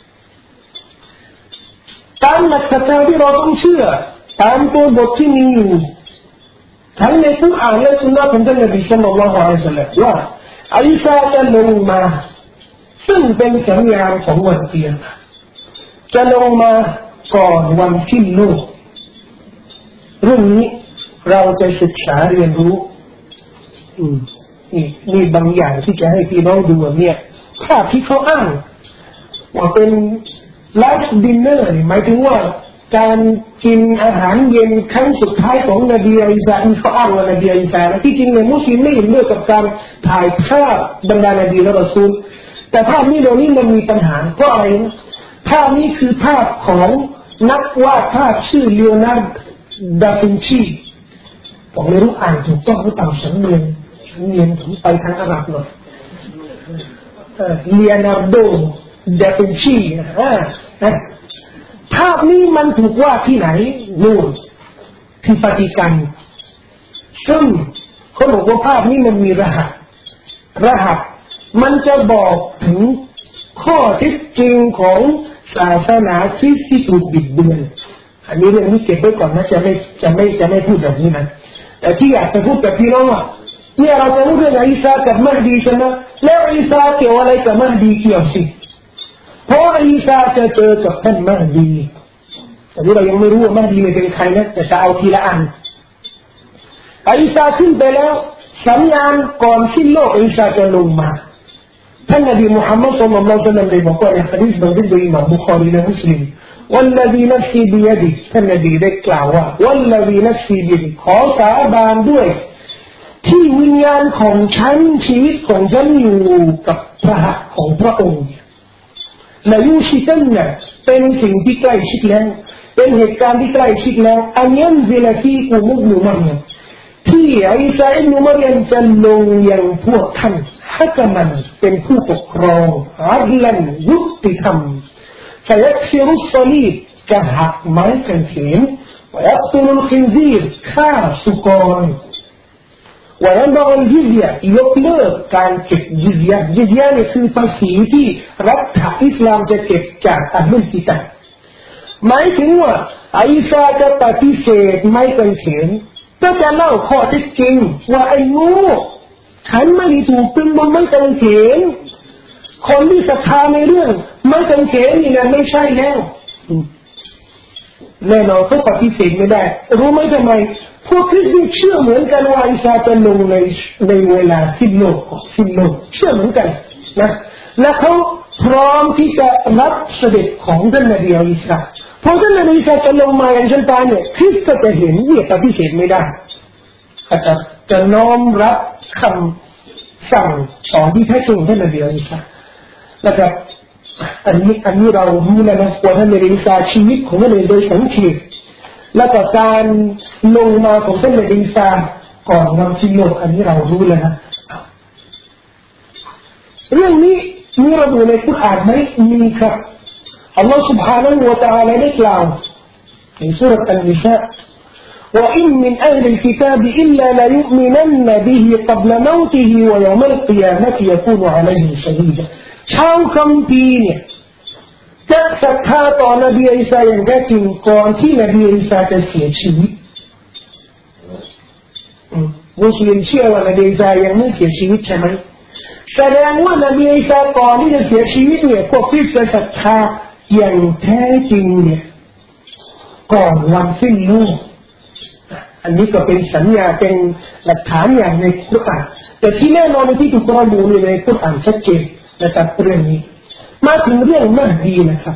ตามหลักศรัทธาที่เราต้องเชื่อตามตัวบทที่มีอยู่ทั้งในกุรอานและสุนนะของท่านนบีศ็อลลัลลอฮุอะลัยฮิวะซัลลัมว่าอีสาจะลงมาซึ่งเป็นสัญญาณของวันเกียรติจะลงมาก่อนวันสิ้นโลกเรื่องนี้เราจะศึกษาเรียนรู้นี่บางอย่างที่จะให้พี่น้องดูเนี่ยภาพที่เขาอ้างว่าเป็นไลฟ์ดินเนอร์หมายถึงว่าการกินอาหารเย็นครั้งสุดท้ายของนบีอีสาที่เขาอ้างว่านบีอีสาที่จริงเนี่ยมุสลิมไม่เห็นด้วยกับการถ่ายภาพบรรดานบีและรอซูลแต่ภาพนี้เดี๋ยวนี้มันมีปัญหาเพราะอะไรนะภาพนี้คือภาพของนักวาดภาพชื่อเลโอนาร์โด ดาวินชีผมไม่รู้อ่านถูกต้องหรือเปล่าฉันเรียนผมไปทางอาหรับหน่อยเลโอนาร์โด ดาวินชีภาพนี้มันถูกวาดที่ไหนนู่นที่ปาติกันซึ่งเขาบอกว่าภาพนี้มันมีรหัสมันจะบอกถึงข้อเท็จจริงของศาสนาคริสต์ที่ถูกบิดเบือนอันนี้เรื่องนี้เก็บไว้ก่อนนะจะไม่พูดแบบนี้นะแต่ที่อยากจะพูดกับพี่น้องว่าเนี่ยเราจะพูดเรื่องอีสากับมหดีใช่ไหมแล้วอีสาเกี่ยวอะไรกับมหดีเกี่ยวสิเพราะอีสาจะเจอกับท่านมหดีแต่นี่เรายังไม่รู้ว่ามหดีเป็นใครนะแต่จะเอาทีละอันอีสาขึ้นไปแล้วสัญญาณก่อนสิ้นโลกอีสาจะลงมาท่านนบีมุฮัมมัดศ็อลลัลลอฮุอะลัยฮิวะซัลลัมได้บอกว่าในหะดีษบันทึกโดยอิหม่ามบุคอรีและมุสลิมوالذي نفسي بيده ท่านนบีได้กล่าวว่า والذي نفسي بيده ขอสาบานด้วยที่วิญญาณของฉันชีวิตของฉันอยู่กับพระหัตถ์ของพระองค์และยูชิตันน่ะเป็นสิ่งที่ใกล้ชิดแล้วเป็นเหตุการณ์ที่ใกล้ชิดแล้วอันยันซิลฟีอุมุบนุมัรยมที่อีสาอิบนุมัรยมจะลงยังพวกท่านฮักมันเป็นผู้ปกครองอัดลันยุติธรรมفيكسر الصليب كهك مايكل فين ويقتل الخنزيرฆ่าสุกรوينبغ الجزية ยกเลิกการเก็บจิซยะเนี่ยคือภาษีที่รัฐอิสลามจะเก็บจากอัลลอฮฺกิตาบหมายถึงว่าอิสาจะปฏิเสธไม่เป็นเขียนก็จะเล่าข้อเท็จจริงว่าไอ้โง่ฉันไม่ได้ถูกตึงบนไม่เป็นเขียนคนที่ศรัทธาในเรื่องไม่เป็นเขียนนี่นะไม่ใช่แล้วแน่นอนเขาปฏิเสธไม่ได้รู้ไหมทำไมพวกคริสเตียนเชื่อเหมือนกันว่าอิสาจะลงในเวลาสิ้นโลกเชื่อเหมือนกันนะและเขาพร้อมที่จะรับเสด็จของท่านนบีอิสาพอท่านนบีอิสาจะลงมาอย่างฉันตาเนี่ยคริสก็จะเห็นเนี่ยปฏิเสธไม่ได้จะน้อมรับคำสั่งสอนที่แท้จริงท่านนบีอิสานะครับอันนี้เรารู้แล้วนะว่าท่านนบีอิสาชีวิตของท่านโดยสังเขปแล้วก็การลงมาของท่านนบีอิสาก่อนวันสิ้นโลกอันนี้เรารู้แล้วนะเรื่องนี้มีระบุในกุรอานไหมมีครับอัลลอฮฺ سبحانه และ تعالى ได้กล่าวในซูเราะห์อันนิสาوإن من أهل الكتاب إلا ليؤمنن به قبل موته ويوم القيامة يكون عليهم شهيدا ชาวคัมภีร์เนี่ยจะศรัทธาต่อนบีอีสาอย่างแท้จริงก่อนที่นบีอีสาจะเสียชีวิตมุสลิมเชื่อว่านบีอีสายังไม่เสียชีวิตใช่ไหมแสดงว่านบีอีสาก่อนที่จะเสียชีวิตเนี่ยพวกที่จะศรัทธาอย่างแท้จริงเนี่ยก่อนวันสิ้นโลกอันนี้ก็เป็นสัญญาเป็นหลักฐานอย่างในกุรอานแต่ที่แน่นอนที่ถูกระบุในกุรอานชัดเจนนะครับเรื่องนี้มาถึงเรื่องมหดีนะครับ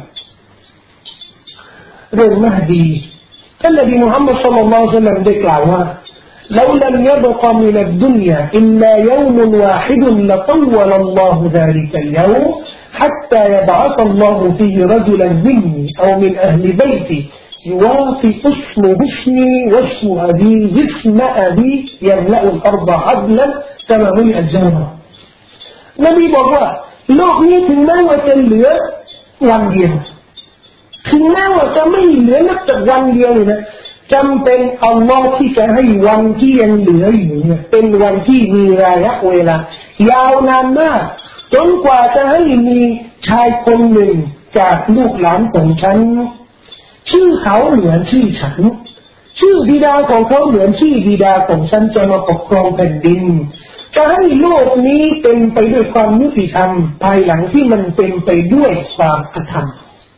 เรื่องมหดีท่านนบีมุฮัมมัดศ็อลลัลลอฮุอะลัยฮิวะซัลลัมได้กล่าวว่าلو لم يبق من الدنيا إلا يوم واحد لطول الله ذلك اليوم حتى يبعث الله فيه رجلا مني أو من أهل بيتي يوافق اسمه اسمي واسم أبي باسم أبي يملأ الأرض عدلا كما ملئ الجنة نبيบอกว่าโลกนี้ถึงแม้ว่าจะเหลือวันเดียวถึงแม้ว่าจะไม่เหลือนับจากวันเดียวเลยนะจำเป็นอัลลอฮ์ที่จะให้วันที่ยังเหลืออยู่เนี่ยเป็นวันที่มีระยะเวลายาวนานมากจนกว่าจะให้มีชายคนหนึ่งจากลูกหลานของฉันชื่อเขาเหมือนชื่อฉันชื่อบิดาของเขาเหมือนชื่อบิดาของฉันจะมาปกครองแผ่นดินจะให้โลกนี้เป็นไปด้วยความยุติธรรมภายหลังที่มันเป็นไปด้วยความอธรรม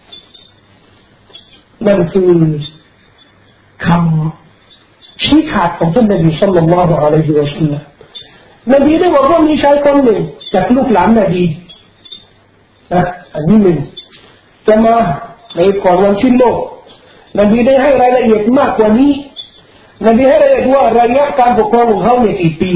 นั่นคือคำชี้ขาดของท่านนบีศ็อลลัลลอฮุอะลัยฮิวะซัลลัมนบีได้บอกว่ามีชายคนหนึ่งจากลูกหลานนบีนะอันนี้หนึ่งจะมาในก่อนวันสิ้นโลกนบีได้ให้รายละเอียดมากกว่านี้นบีให้รายละเอียดว่าระยะการปกครองของเขาเนี่ยกี่ปี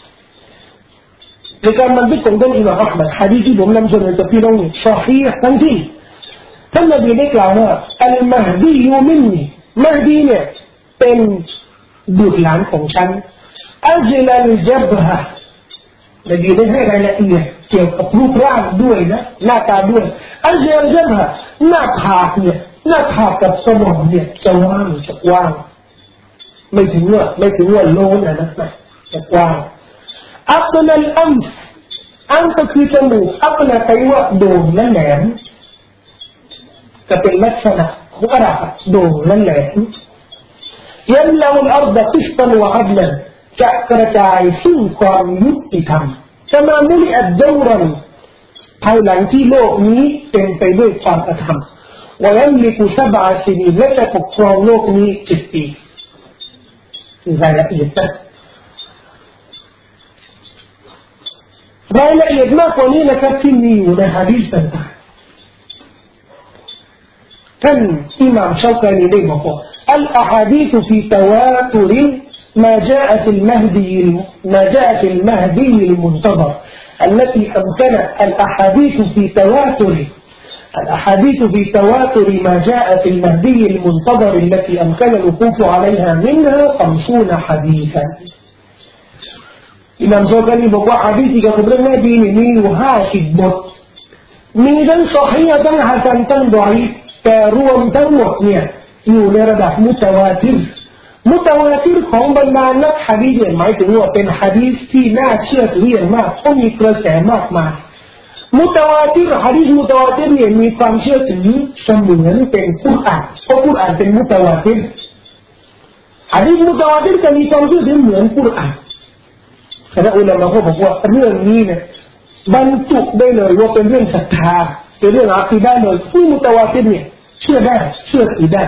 ในการบันทึกของท่านอิหม่ามอัห์มัดหะดีษที่ผมนำเสนอกับพี่น้องเนี่ยซอฮีฮ์ทั้งที่ท่านนบีได้กล่าวว่าอัลมะฮดียูมินนีมะฮดีเนี่ยเป็นบุตรหลานของฉันอัจลัลจับฮะนบีได้ให้รายละเอียดเกี่ยวกับรูปร่างด้วยนะหน้าตาด้วยอัจลัลจับฮะหน้าผากเนี่ยหน้าผากกับสมองเนี่ยจะว่างจะกว้างไม่ถึงว่าโล้นนะจะกว้างอัปนัลอัมก็คือจมูกอัปนาแปลว่าโด่งและแหลมจะเป็นลักษณะของอะไรโด่งและแหลมยันลาอุลอัรฎะกิสตันวะอัดลันจะกระจายซึ่งความยุติธรรมจะมามุลิอัดดาวรันภายหลังที่โลกนี้เป็นไปด้วยความอธรรมويملك 7 سنين และจะปกครองโลกนี้7 ปีรายละเอียดรายละเอียดมากกว่านี้นะครับที่มีอยู่ในหะดีษต่างๆท่านอิหม่ามชาวกานีได้บอกว่าالأحاديث في تواتر ما جاء في المهدي المنتظر التي أمكنت الأحاديث في تواتر ما جاء في المهدي المنتظر التي أمكن الوقوف عليها منها 50 حديثاอิหม่ามชาวกานีบอกว่าหะดีษเกี่ยวกับเรื่องนบีมีอยู่50 บทมีทั้งซอฮีฮ์ทั้งฮะซันทั้งฎออีฟแต่รวมทั้งหมดเนี่ยอยู่ในระดับมุตาวาติรของบรรดานักหะดีษหมายถึงว่าเป็นหะดีษที่น่าเชื่อถืออย่างมากเพราะมีกระแสมากมายมุตาวาติรหะดีษมุตาวาติรเนี่ยมีความเชื่อถือเสมือนเป็นกุรอานเพราะกุรอานเป็นมุตาวาติรหะดีษมุตาวาติรจะมีความเชื่อถือเหมือนกุรอานคณะอุลามะเขาบอกว่าเรื่องนี้เนี่ยบรรจุได้เลยว่าเป็นเรื่องศรัทธาเป็นเรื่องอะกีดะห์เลยผู้มุตาวาติรเนี่ยเชื่อได้เชื่อถือได้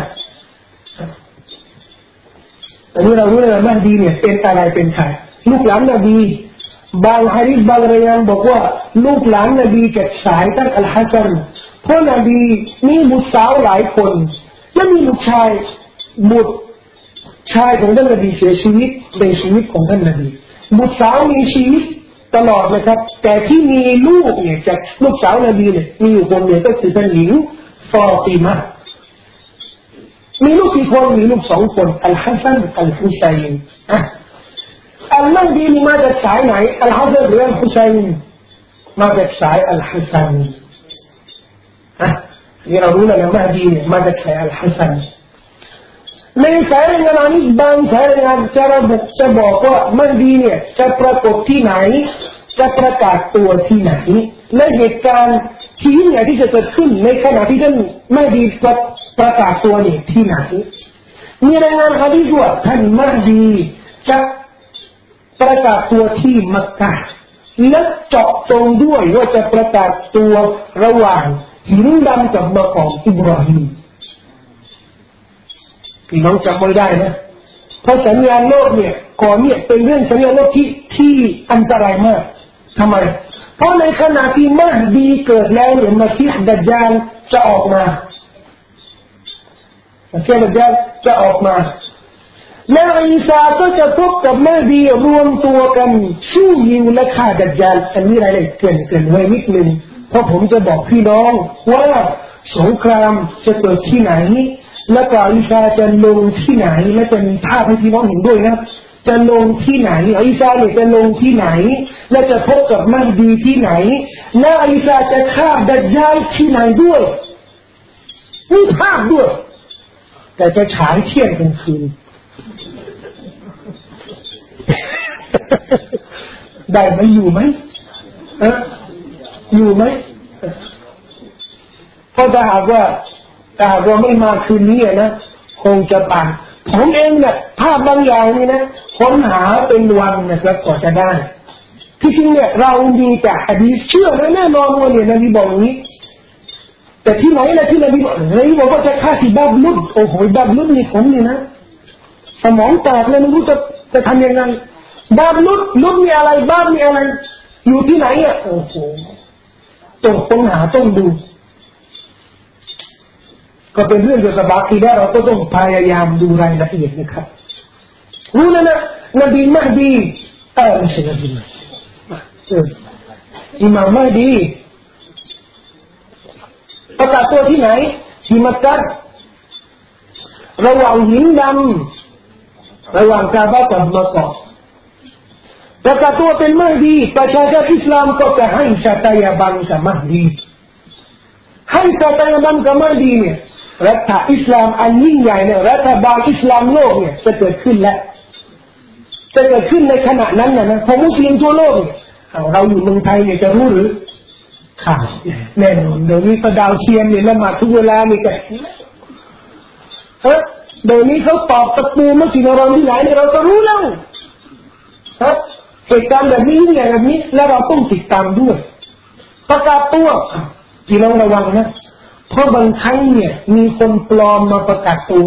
อันนี้เรารู้เลยว่ามะฮดีเนี่ยเป็นอะไรเป็นใครลูกหลานนบีบางหะดีษบางรายงานบอกว่าลูกหลานนบีจากสายท่านอัลฮัสซันเพราะนบีมีบุตรสาวหลายคนและมีลูกชายบุตรชายของท่านนบีเสียชีวิตในชีวิตของท่านนบีบุตรสาวมีชีวิตตลอดนะครับแต่ที่มีลูกเนี่ยจากลูกสาวนบีเนี่ยมีอยู่คนเดียวก็คือท่านหญิงฟาติมะห์มีลูกกี่คนมีลูก2 คนอัลฮัสซันอัลฮุซัยน์อัลมะฮดีมาจากสายไหนอัลฮัสซันหรืออัลฮุซัยน์มาจากสายอัลฮัสซันนี่เรารู้แล้วนะมะฮดีเนี่ยมาจากสายอัลฮัสซันในสายรายงานนี้บางสายรายงานจะบอกว่ามะฮดีเนี่ยจะปรากฏที่ไหนจะประกาศตัวที่ไหนและเหตุการณ์ที่ยิ่งใหญ่ที่จะเกิดขึ้นในขณะที่ท่านมะฮดีประกาศตัวเนี่ยที่ไหนมีรายงานหะดีษว่าท่านมะฮดีจะประกาศตัวที่มักกะฮ์และเจาะจงด้วยว่าจะประกาศตัวระหว่างหินดำกับมะกอมอิบราฮิมพี่น้องจำไว้ได้นะเพราะสัญญาณโลกเนี่ยก่อนเนี่ยเป็นเรื่องสัญญาณโลกที่อันตรายมากทำไมเพราะในขณะที่มะฮดีเกิดแล้วเนี่ยมะซีฮ์ดัจญาลจะออกมามะซีฮ์ดัจญาลจะออกมาและอีสาก็จะพบกับมะฮดีรวมตัวกันสู้ยิงและฆ่าดัจญาลอันนี้อะไรเกินไว้นิดนึงเพราะผมจะบอกพี่น้องว่าสงครามจะเกิดที่ไหนและก็อีสาจะลงที่ไหนและจะมีภาพให้พี่น้องเห็นด้วยนะจะลงที่ไหนอีสาเนี่ยจะลงที่ไหนและจะพบกับมะฮดีที่ไหนและอีสาจะฆ่าดัจญาลที่ไหนด้วยมีภาพด้วยแต่จะฉายเที่ยงกลางคืนได้ไหมอยู่ไหมอยู่ไหมเพราะถ้าหากว่าไม่มาคืนนี้นะคงจะปั่นผมเองเนี่ยภาพบางอย่างนี่นะค้นหาเป็นวันนะครับกว่าจะได้ที่จริงเนี่ยเรามีแต่หะดีษเชื่อแน่นอนว่าเนี่ยนบีบอกอย่างนี้แต่ที่ไหนล่ะที่นบีบอกว่าจะฆ่าที่บับลุดโอ้โหบับลุดนี่ผมนี่นะสมองแตกเลยไม่รู้จะทำยังไงบับลุดมีอะไรบับมีอะไรอยู่ที่ไหนอ่ะโอ้โหต้องค้นหาต้องดูก็เป็นเรื่องเกี่ยวกับบากีได้เราก็ต้องพยายามดูรายละเอียดนะครับรู้แล้วนะนบีมะดีไม่ใช่นบีมะอิหม่ามมะดีประกาศตัวที่ไหนที่มักกะห์ระหว่างหินดำระหว่างกาบะห์กับมักกะห์ประกาศตัวเป็นมะดีประชาชาติอิสลามก็จะให้สัตยาบันกับมะดีให้สัตยาบันกับมะดีเนี่ยรัฐอิสลามอันยิ่งใหญ่เนี่ยรัฐบาลอิสลามโลกเนี่ยจะเกิดขึ้นแล้วจะเกิดขึ้นในขณะนั้นนะพอมุสลิมทั่วโลกเนี่ยเราอยู่เมืองไทยเนี่ยจะรู้หรือข่าวแน่นอนเดี๋ยวนี้ก็ดาวเทียมเนี่ยละหมาดทุกเวลานี่แกเดี๋ยวนี้เขาตอบตะปูมัสยิดนที่ไหนเนี่ยเราก็รู้แล้วเหตุการณ์แบบนี้อย่างแบบนี้แล้วเราต้องติดตามด้วยประกาศตัวที่เราระวังนะเพราะบางครั้งเนี่ยมีคนปลอมมาประกาศตัว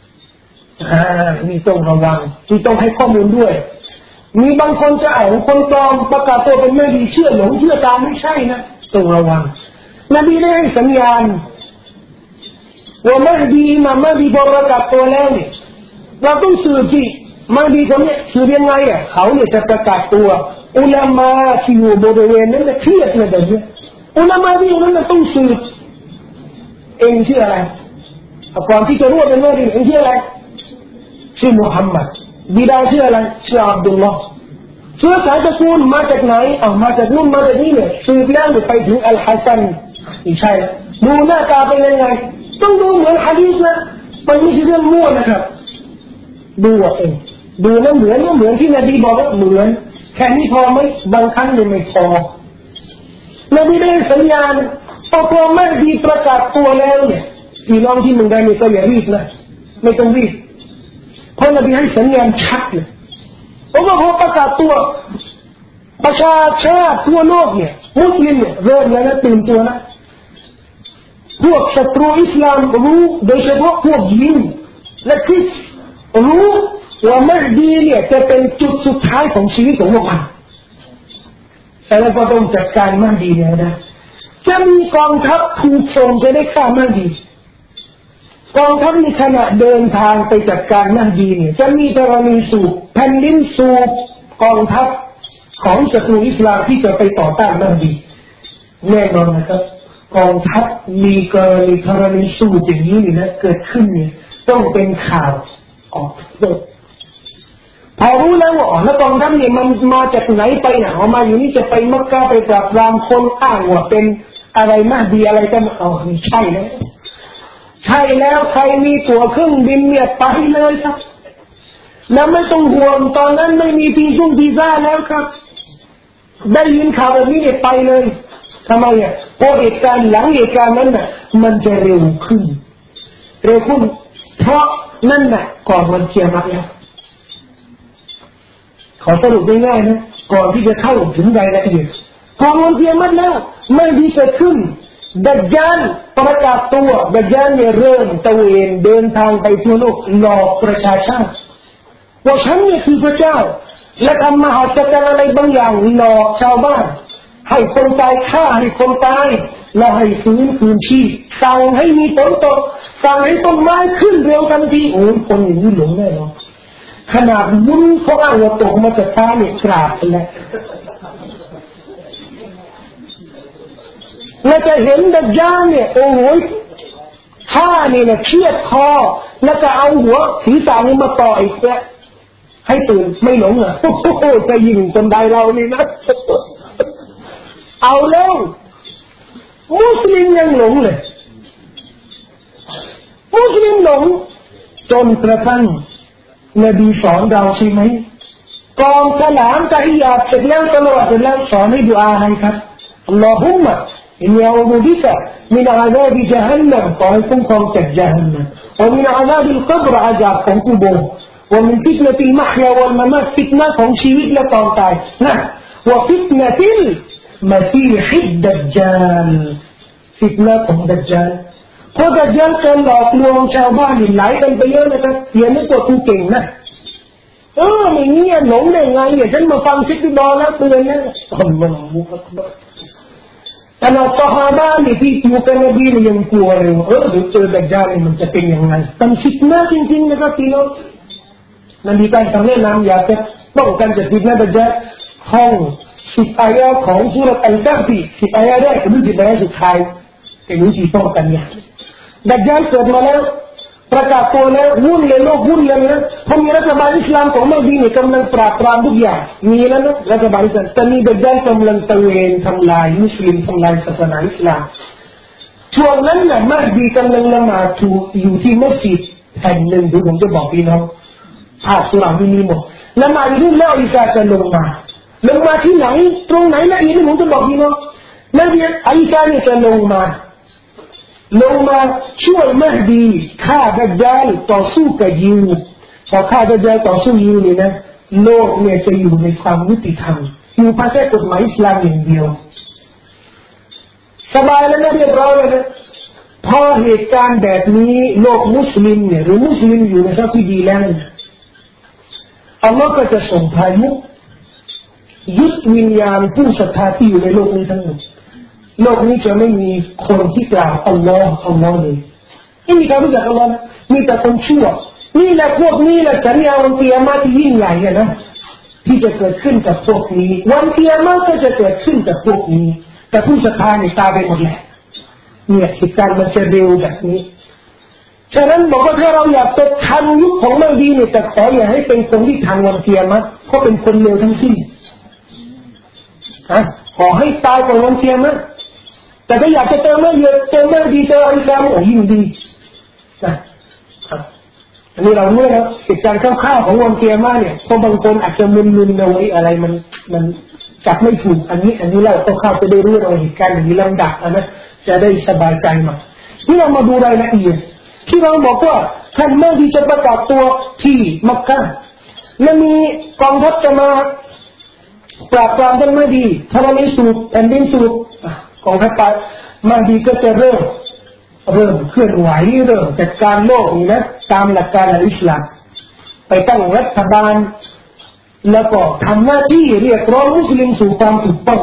นี่ต้องระวังที่ต้องให้ข้อมูลด้วยมีบางคนจะเอาคนปลอมประกาศตัวเป็นไม่ดีเชื่อหลงเชื่อตามไม่ใช่นะต้องระวังนบีได้ให้สัญญาณว่าไม่ดีมาไม่ดีประกาศตัวแล้วเนี่ยเราต้องสืบที่ไม่ดีคนนี้สืบยังไงเขาเนี่ยจะประกาศตัวอุลามะที่อยู่บริเวณนั้นเครียดเลยแบบนี้อุลามะที่อยู่นั้นต้องสืบเองชื่ออะไรก่อนที่จะรู้ว่าเป็นไม่ดีเองชื่ออะไรชื่อมุฮัมมัดบิดาชื่ออะไรชื่ออับดุลลอฮ์เชื้อสายตระกูลมาจากไหนมาจากนู่นมาจากนี่เนี่ยสืบแล้วไปถึงอัลฮัสซันไม่ใช่ดูหน้าตาเป็นยังไงต้องดูเหมือนหะดีษนะมันไม่ใช่เรื่องมั่วนะครับดูเองดูแล้วเหมือนที่นบีบอกว่าเหมือนแค่นี้พอไหมบางครั้งยังไม่พอนบีได้สัญญาณพอไม่ดีประกาศตัวแล้วเนี่ยพี่น้องที่มึงได้เนี่ยก็อย่ารีบนะไม่ต้องรีบเพราะนบีให้สัญญาณชัดเลยเพราะว่าพอประกาศตัวประชาชาติทั่วโลกเนี่ยมุสลิมเนี่ยเริ่มแล้วนะตื่นตัวนะพวกศัตรูอิสลามรู้โดยเฉพาะพวกยิวและคริสต์รู้ว่ามะฮดีเนี่ยจะเป็นจุดสุดท้ายของชีวิตของพวกมันแต่เราก็ต้องจัดการมะฮดีเนี่ยนะจะมีกองทัพถูกส่งจะได้ฆ่ามะฮดีกองทัพในขณะเดินทางไปจัดการมะฮดีเนี่ยจะมีกรณีสูบแผ่นดินสูบกองทัพของศัตรูอิสลามที่จะไปต่อต้านมะฮดีแน่นอนนะครับกองทัพมีกรณีสูบอย่างนี้นี่นะเกิดขึ้นเนี่ยต้องเป็นข่าวออกพอรู้แล้วว่าแล้วกองทัพเนี่ยมันมาจากไหนไปไหนมาอยู่นี่จะไปมักกะไปปราบปรามคนอ้างว่าเป็นอะไรมะฮดีอะไรกันนี่ใช่แล้วใช่แล้วใครมีตั๋วเครื่องบินเนี่ยไปเลยครับแล้วไม่ต้องห่วงตอนนั้นไม่มีวีซ่าแล้วครับได้ยินข่าวแบบนี้เนี่ยไปเลยทำไมเพราะเหตุการณ์หลังเหตุการณ์นั้นน่ะมันจะเร็วขึ้นเพราะนั่นน่ะก่อนวันเกียรติแล้วขอสรุปง่ายๆนะก่อนที่จะเข้าถึงรายละเอียดก่อนวันเกียรติแล้วไม่ดีเกิดขึ้นดัจญาลประกาศตัวดัจญาลเนี่ยเริ่มตะเวนเดินทางไปทั่วโลกหลอกประชาชาติว่าฉันเนี่ยคือพระเจ้าและทำมหัศจรรย์อะไรบางอย่างหลอกชาวบ้านให้คนตายฆ่าให้คนตายแล้วให้ฟื้นคืนชีพสั่งให้มีฝนตกสั่งให้ต้นไม้ขึ้นเร็วทันทีโอ้ยคนอย่างนี้หลงแน่นอนขนาดวุ้นเขาอ้างว่าตกมาจากฟ้าเนี่ยกราบไปแล้วเราจะเห็นดัจญาลเนี่ยโอ้โหฆ่าเนี่ยเชือดคอแล้วก็เอาหัวศีรษะนี่มาต่ออีกแล้วให้ตื่นไม่หลงโอ้โหจะยิงคนใดเรานี่นะเอาแล้วมุสลิมยังหลงเลยมุสลิมหลงจนกระทั่งนบีสอนเราใช่ไหมก่อนสลามตะฮิยาตเสร็จแล้วตลอดแล้วสอนให้ดุอาให้ครับอัลลอฮุมมะอินยาอูดุบิกะมินอาซาบิญะฮันนัมขอให้คุ้มครองจากญะฮันนัมและมินอาซาบิลกับรอาซาบของกุโบร์และมินฟิตนะติลมะฮยาวัลมะมาตฟิตนะของชีวิตและตอนตายนะและฟิตนะติลมาซีฮิดดัจญาลฟิตนะของดัจญาลเพราะดัจญาลจะหลอกลวงชาวบ้านหลายกันไปเยอะนะครับอย่านึกว่าคุณเก่งนะอย่างนี้หลงได้ไงฉันมาฟังซิกบอลแล้วเตือนนะอัลลอฮฺอักบัรแต่เราซอฮาบะห์นี่ที่อยู่กับนบีนี่ยังกลัวเลยเดี๋ยวเจอดัจญาลนี่มันจะเป็นยังไงมันฟิตนะจริงๆนะครับพี่น้องนบีการทำแนะนำอยากจะป้องกันจากฟิตนะดัจญาลห้อง10 อายะห์ของซูเราะห์อัลกัฟฟี10 อายะห์แรกถึง10 อายะห์สุดท้ายเป็นวิธีป้องกันอย่างดัจญาลเกิดมาแล้วประกาศตัวแล้ววุ่นเลยโลกวุ่นเลยนะพอมีรัฐบาลอิสลามของนบีเนี่ยกำลังปราบปรามทุกอย่างมีแล้วนะรัฐบาลอิสลามแต่มีดัจญาลกำลังตะเวนทำลายมุสลิมทำลายศาสนาอิสลามช่วงนั้นน่ะมหดีกำลังละหมาดอยู่ที่มัสยิดแห่งหนึ่งที่ผมจะบอกพี่น้องสุรามินีหมดละหมาดอยู่แล้วอิสาจะลงมาที่ไหนตรงไหนละเอียดที่ผมจะบอกพี่น้องนบีอิสาเนี่ยจะลงมาช่วยมหดีฆ่าดัจญาลต่อสู้กับยิวพอฆ่าดัจญาลต่อสู้ยิวนี่นะโลกเนี่ยจะอยู่ในความยุติธรรมอยู่ภายใต้กฎหมายอิสลามอย่างเดียวสบายแล้วนะเรียบร้อยแล้วนะพอเหตุการณ์แบบนี้โลกมุสลิมเนี่ยหรือมุสลิมอยู่ในสภาพที่ดีแล้วอัลลอฮ์ก็จะส่งพายุยึดวิญญาณผู้ศรัทธาที่อยู่ในโลกนี้ทั้งหมดโลกนี้จะไม่มีคนที่กล่าวอัลลอฮ์เลยไม่มีใครรู้จักอัลลอฮ์นะมีแต่คนชั่วนี่แหละพวกนี้แหละสัญญาวันกิยามะห์ที่ยิ่งใหญ่นะที่จะเกิดขึ้นกับพวกนี้วันกิยามะห์ก็จะเกิดขึ้นกับพวกนี้แต่ผู้ศรัทธาเนี่ยตายไปหมดแหละเนี่ยเหตุการณ์มันจะเร็วแบบนี้ฉะนั้นบอกว่าถ้าเราอยากจะทันยุคของมหดีเนี่ยแต่ขออย่าให้เป็นคนที่ทันวันกิยามะห์เพราะเป็นคนเร็วทั้งสิ้นขอให้ตายก่อนวันกิยามะห์แต่ถ้าอยากจะเจอมหดีเจออิสลามยิ่งดีนะครับอันนี้เราเมื่อเหตุการณ์คร่าวๆของวันกิยามะห์เนี่ยเพราะบางคนอาจจะมึนๆเอาไว้อะไรมันจับไม่ถูกอันนี้เราต้องเข้าไปได้รู้เราเหตุการณ์อย่างนี้ลำดับนะจะได้สบายใจมาที่เรามาดูรายละเอียดที่เราบอกว่าท่านมหดีจะประกาศตัวที่มักกะห์และมีกองทัพจะมาปราบปรามท่านมหดีถ้าเราไม่สูบแผ่นดินสูบกองทัพมหดีก็จะเริ่มเคลื่อนไหวเริ่มจัดการโลกนี้นะตามหลักการอิสลามไปตั้งรัฐบาลแล้วก็ทำหน้าที่เรียกร้องมุสลิมสู่ความถูกต้อง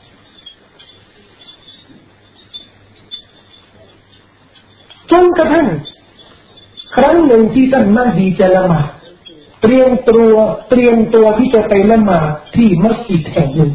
จนกระทั่งครั้งหนึ่งที่ท่านมหดีจะละหมาดเตรียมตัวที่จะไปละหมาดที่มัสยิดแห่งหนึ่ง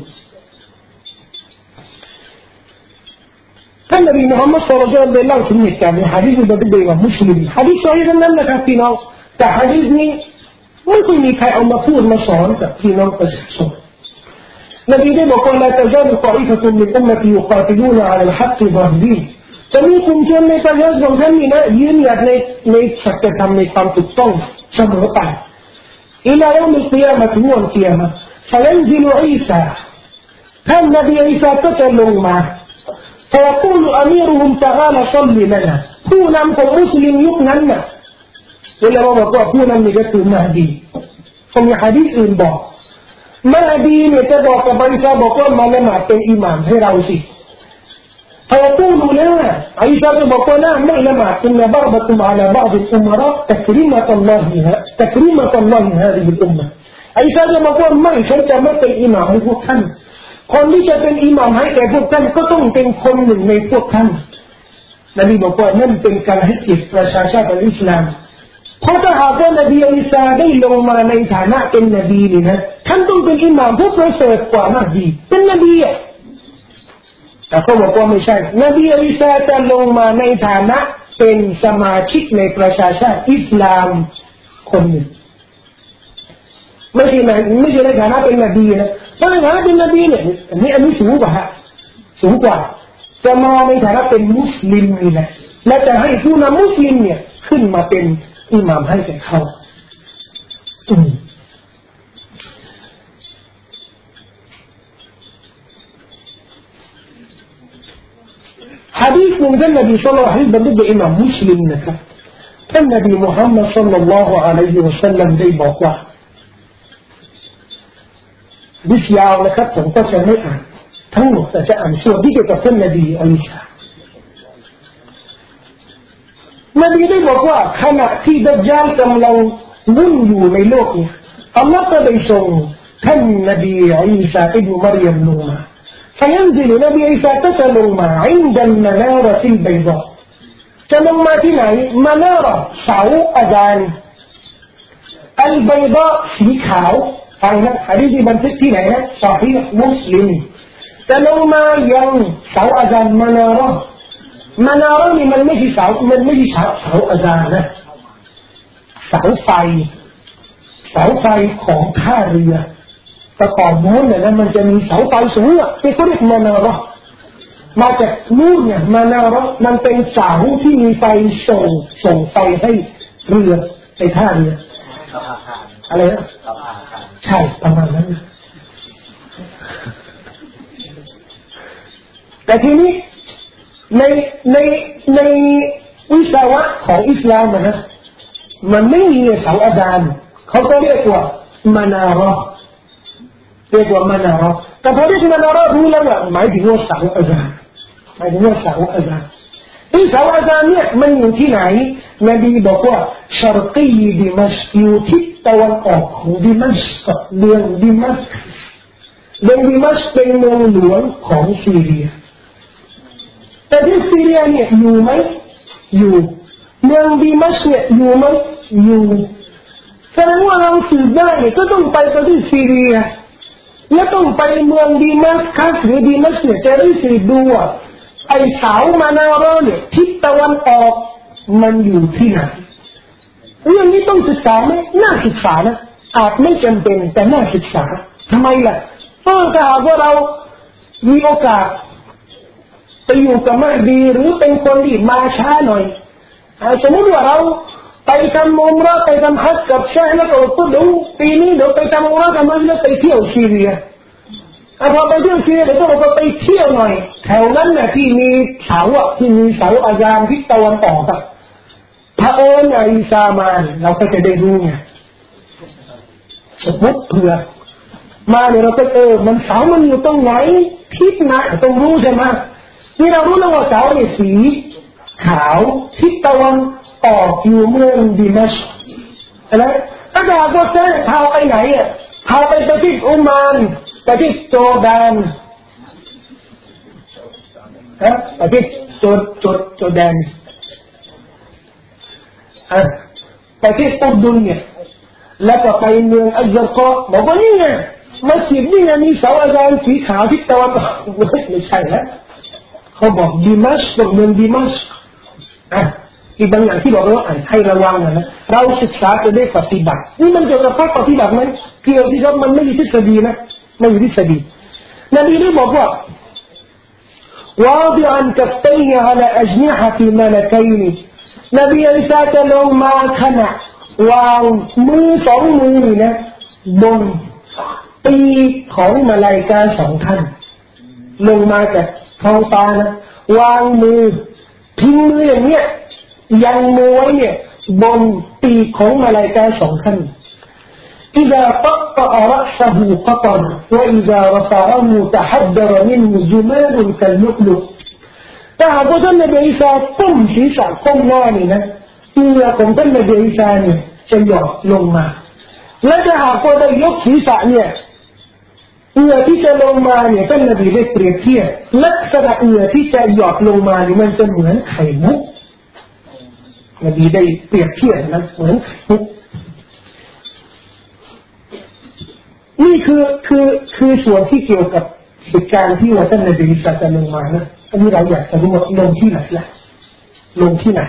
ท่านนบีมุฮัมมัดศ็อลลัลลอฮุอะลัยฮิวะซัลลัมได้เล่าถึงเหตุการณ์ในหะดีษบันทึกโดยอิหม่ามมุสลิมหะดีษซอฮีฮ์นั้นนะครับพี่น้องแต่หะดีษนี้ไม่เคยมีใครเอามาพูดมาสอนกับพี่น้องประชาชนนบีได้บอกว่าลาตะซาลุฏออิฟะตุนมินอุมมะติยุกาติลูนอะลัลฮักกิฎอฮีรจะมีกลุ่มชนในประชาชนของท่านนี่นะยืนหยัดในสัจธรรมในความถูกต้องเสมอไปอิลายัมอัลกิยามะฮ์ถึงวันกิยามะฮ์ฟะยันซิลุอีซาท่านนบีอีซาก็จะลงมาفيقول أميرهم تعالى صل لنا ผู้นำของมุสลิมยุคนั้นน่ะเวลาเราบอกว่าผู้นำนี่ก็คือมหดีเขามีหะดีษอื่นบอกมหดีเนี่ยจะบอกกับอิสาบอกว่ามาละหมาดเป็นอิหม่ามให้เราสิفيقول لا عيسىบอกว่าไม่ละหมาดإن بعضكم على بعض الأمراء تكريمة الله هذه الأمة อิสาจะบอกว่าไม่ฉันจะไม่เป็นอิหม่ามให้พวกท่านคนที่จะเป็นอิหม่ามให้แก่พวกท่านก็ต้องเป็นคนหนึ่งในพวกท่านนบีบอกว่านั่นเป็นการให้เกียรติประชาชาติอิสลามเพราะถ้าหากว่านบีอีสาได้ลงมาในฐานะเป็นนบีนี่นะท่านต้องเป็นอิหม่ามผู้ประเสริฐกว่านบีเป็นนบีอ่ะแต่เขาบอกว่าไม่ใช่นบีอีสาจะลงมาในฐานะเป็นสมาชิกในประชาชาติอิสลามคนหนึ่งไม่ใช่ในฐานะเป็นนบีนะเพราะในฐานะเป็นนบีเนี่ยอันนี้สูงกว่าจะมาในฐานะเป็นมุสลิมนี่แหละและจะให้ผู้นำมุสลิมเนี่ยขึ้นมาเป็นอิหม่ามให้แก่เขาหะดีษหนึ่งท่านนบีศ็อลลัลลอฮุอะลัยฮิวะซัลลัมบรรลุโดยอิหม่ามมุสลิมนะครับท่านนบีมุฮัมมัดศ็อลลัลลอฮุอะลัยฮิวะซัลลัมได้บอกว่าดิษยาวนะครับผมก็จะไม่อ่านทั้งหมดแต่จะอ่านส่วนที่เกี่ยวกับท่านนบีอิสานบีได้บอกว่าขณะที่ดัจญาลกำลังวุ่นอยู่ในโลกนี้อัลลอฮ์ก็ได้ส่งท่านนบีอีสาอิบนุมารยมลงมา فينزل نبي عيسى تسلم ما عند المنارة البيضاء จะลงมาที่ไหนมานาระเสาอาจารย์อัลบัยดาสีขาวฟังนะหะดีษบันทึกที่ไหนนะซอฮีฮ์มุสลิมจะลงมายังเสาอาจารย์มานาระนี่มันไม่ใช่เสาอาจารย์นะเสาไฟของท่าเรือแต่ก่อนโน้นเนี่ยนะมันจะมีเสาไฟสูงอ่ะที่เขาเรียกมานาระมาจากนู่นเนี่ยมานาระมันเป็นเสาที่มีไฟส่งไฟให้เรือในท่าเรืออะไรนะใช่ประมาณนั้นแต่ทีนี้ในวิศวะของอิสลามนะมันไม่มีเสาอาจารย์เขาก็เรียกว่ามานาระแต่พอเรียกมานาระรู้แล้วว่าหมายถึงว่าเสาอาจารย์ที่เสาอาจารย์เนี่ยมันอยู่ที่ไหนนบีบอกว่าชัรกีดิมัชก์อยู่ทิศตะวันออกของดิมัชก์เมืองดิมัชก์เป็นเมืองหลวงของซีเรียแต่ที่ซีเรียเนี่ยอยู่ไหมอยู่เมืองดิมัชก์เนี่ยอยู่ไหมอยู่แสดงว่าเราสืบได้เนี่ยก็ต้องไปที่ซีเรียและต้องไปเมืองดิมัสกัสหรือดิมัชก์เนี่ยจะได้สืบดูว่าไอเสามานาระเนี่ยทิศตะวันออกมันอยู่ที่ไหนเรื่องนี้ต้องศึกษาไหมน่าศึกษานะอาจไม่จำเป็นแต่น่าศึกษาทำไมล่ะเพราะถ้าหากว่าเรามีโอกาสไปอยู่กับมะดีหรือเป็นคนที่มาช้าหน่อยสมมติว่าเราไปทำอุมเราะห์ไปทำฮัจญ์กับเชคแล้วก็พูดดูปีนี้เดี๋ยวไปทำอุมเราะห์กันมั้ยแล้วไปเที่ยวซีเรียพอไปเที่ยวซีเรียเดี๋ยวเราไปเที่ยวหน่อยแถวนั้นน่ะที่มีเสาอาจารย์ทิศตะวันออกพระองค์อิสามาเราก็จะได้รู้ไงสมมติเผื่อมาเนี่ยเราก็มันเสามันอยู่ตรงไหนทิศไหนต้องรู้ใช่ไหมนี่เรารู้แล้วว่าเสาเนี่ยสีขาวทิศตะวันออกอยู่เมืองดิมัชก์อะไรถ้าหากว่าจะพาไปไหนอ่ะพาไปประเทศอุมานประเทศจอร์แดนประเทศจอร์แดนประเทศอุรดุนเนี่ยแล้วก็ไปเมืองอัลซัรกอบอกว่านี่ไงมัสยิดนี่ไงมีเสาอาจารย์สีขาวที่ตะวันออกไม่ใช่แล้วเขาบอกดิมัชก์เมืองดิมัชก์อีกบางอย่างที่บอกว่าให้ระวังนะเราศึกษาจะได้ปฏิบัตินี่มันเกี่ยวกับภาคปฏิบัติไหมเกี่ยวที่มันไม่อยู่ทฤษฎีนะไม่อยู่ทฤษฎีนบีได้บอกว่าواضعا كفيه على أجنحة ملكين นบีอิสาจะลงมาขณะวางมือสองมือนะบนปีกของมลาอิกะฮ์สองท่านลงมาจากท้องฟ้านะวางมือทิ้งมืออย่างเนี้ยยังมือไว้เนี่ยบนปีกของมลาอิกะฮ์สองท่านإذا قطع رأسه قطر وإذا رفعه تحدر منه جمال كاللؤلؤ ถ้าหากว่าท่านนบีอีสาก้มศีรษะก้มหน้านี่นะเอื้อของท่านนบีอีสาเนี่ยจะหย่อนลงมาและถ้าหากว่าได้ยกศีรษะเนี่ยเอื้อที่จะลงมาเนี่ยท่านนบีได้เปรียบเทียบลักษณะเอื้อที่จะหย่อนลงมานี่มันจะเหมือนไข่มุกนบีได้เปรียบเทียบนะเหมือนไข่มุกนี่คือส่วนที่เกี่ยวกับเหตุการณ์ที่ว่าท่านนบีจะลงมานะอันนี้เราอยากจะรู้ว่าลงที่ไหนล่ะลงที่ไหน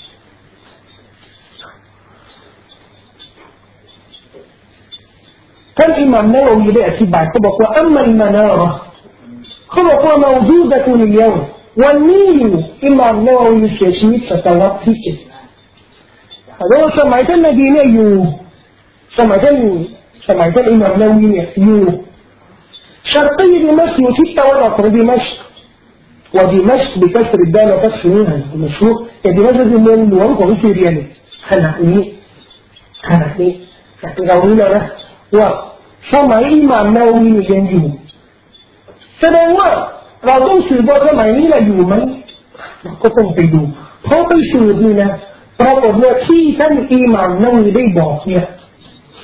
ท่านอิหม่ามนาวัวีได้อธิบายเขาบอกว่าอัมมัลมานาระเขาบอกว่าเราดูดะตุลเยาวันนี้อิหม่ามนาวัวีเสียชีวิตศตวรรษที่7แต่ว่าสมัยท่านนบีเนี่ยอยู่สมัยท่านอิหม่ามนาวัวีเนี่ยอยู่شرقي دمشق يوتيك تولى في دمشق ودمشق بكسر الدال وفتح منها المشهور دمشق من الوانق وفي سيرياني خنقني فقراوينا له وسمع إمام نووي يجنجه แสดงว่าเราต้องสืบว่าสมัยนี้เราอยู่ไหมเราก็ต้องไปดูเพราะไปสืบนี่นะปรากฏว่าที่ท่านอิหม่ามนาวัวีได้บอกเนี่ย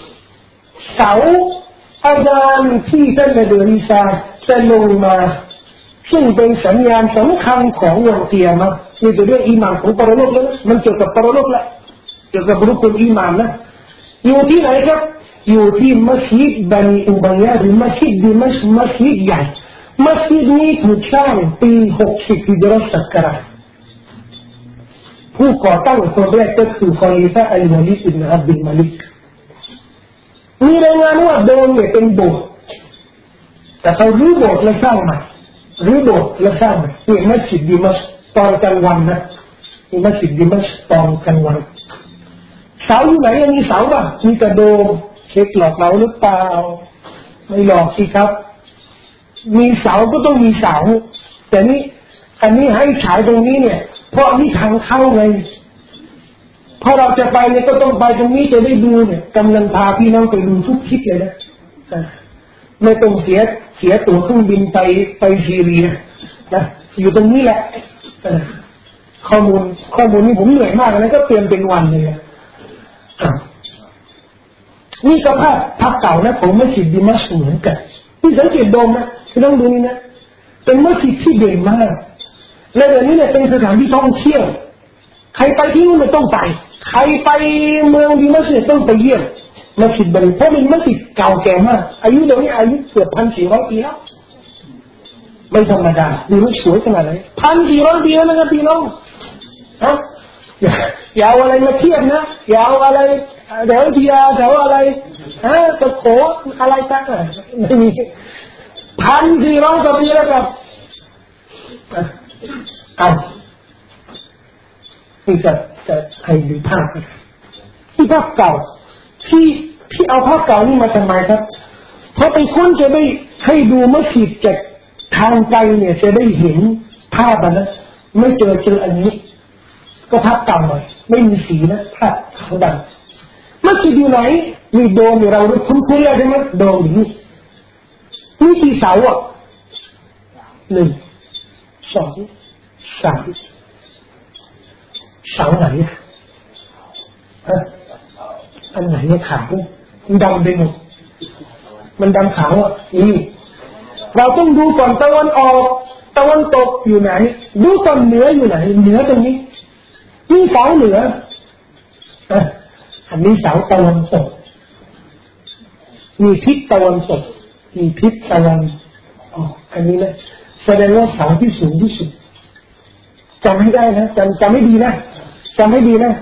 เสาอาจารย์ที่ท่านนบีอีสาจะลงมาซึ่งเป็นสัญญาณสำคัญของวันเกียรตินี่เป็นเรื่องอีหม่านของปรโลกแล้วมันเกี่ยวกับปรโลกแล้วเกี่ยวกับรุกลอีหม่านนะอยู่ที่ไหนครับอยู่ที่มัสยิดบันีอุบัยะหรือมัสยิดดิมัชมัสยิดใหญ่มัสยิดนี้ถูกสร้างปี60ฮิจเราะห์ศักราชผู้ก่อตั้งคนแรกก็คือคอลิฟะห์อัลวาลิดอิบนุอับดุลมาลิกมีรายงานว่าเดิมเนี่ยเป็นโบสถ์แต่เขารื้อโบสถ์และสร้างใหม่รื้อโบสถ์และสร้างใหม่นี่มัสยิดดิมัชก์ตอนกลางวันนะนี่มัสยิดดิมัชก์ตอนกลางวันเสาอยู่ไหนมีเสาป่ะมีกระโดมเช็คหลอกเราหรือเปล่าไม่หลอกสิครับมีเสาก็ต้องมีเสาแต่นี่อันนี้ให้ฉายตรงนี้เนี่ยเพราะนี่ทางเข้าไงพอเราจะไปเนี่ยก็ต้องไปตรงนี้จะได้ดูเนี่ยกำลังพาพี่น้องไปดูทุกทิศเลยนะไม่ต้องเสียตั๋วเครื่องบินไปซีเรียนะอยู่ตรงนี้แหละข้อมูลนี้ผมเหนื่อยมากนะก็เตรียมเป็นวันเลยนี่ก็ภาพเก่านะของมัสยิดดิมัชก์เหมือนกันที่สังเกตโดมนะที่ต้องดูนี่นะเป็นมัสยิดที่เด่นมากและเดี๋ยวนี้เนี่ยเป็นสถานที่ท่องเที่ยวใครไปที่นู่นไม่ต้องไปใครไปเมืองดิมัชก์ต้องไปเยี่ยมมัสยิดบันีเพราะเป็นมัสยิดเก่าแก่มากอายุเดี๋ยวนี้อายุเกือบ1,400 ปีแล้วไม่ธรรมดาดูรูปสวยขนาดไหน1,400 ปีแล้วนะครับพี่น้องอย่าเอาอะไรมาเทียบนะอย่าเอาอะไรเดี๋ยวเทียเดี๋ยวอะไรตะโขอะไรสักไม่มี1,400 กว่าปีแล้วครับนี่จะให้ดูภาพที่ภาพเก่าที่เอาภาพเก่านี่มาทำไมครับเพราะไปค้นจะได้ให้ดูมัสยิดจากทางไกลเนี่ยจะได้เห็นภาพนะไม่เจออันนี้ก็ภาพเก่าหน่อยไม่มีสีนะภาพขาวดำมัสยิดอยู่ไหนมีโดมเราคุ้นๆแล้วใช่ไหมโดมนี้มีกี่เสาอ่ะ1 2 3เสาไหนอันไหนเนี่ยขาวมันดำไปหมดมันดำขาวอ่ะนี่เราต้องดูก่อนตะวันออกตะวันตกอยู่ไหนดูตอนเหนืออยู่ไหนเหนือตรงนี้นี่เสาเหนืออันนี้เสาตะวันตกมีทิศตะวันตกมีทิศตะวันออกอันนี้นะแสดงว่าเสาที่สูงที่สุดจำให้ได้นะจำให้ดีนะจำให้ดีนะ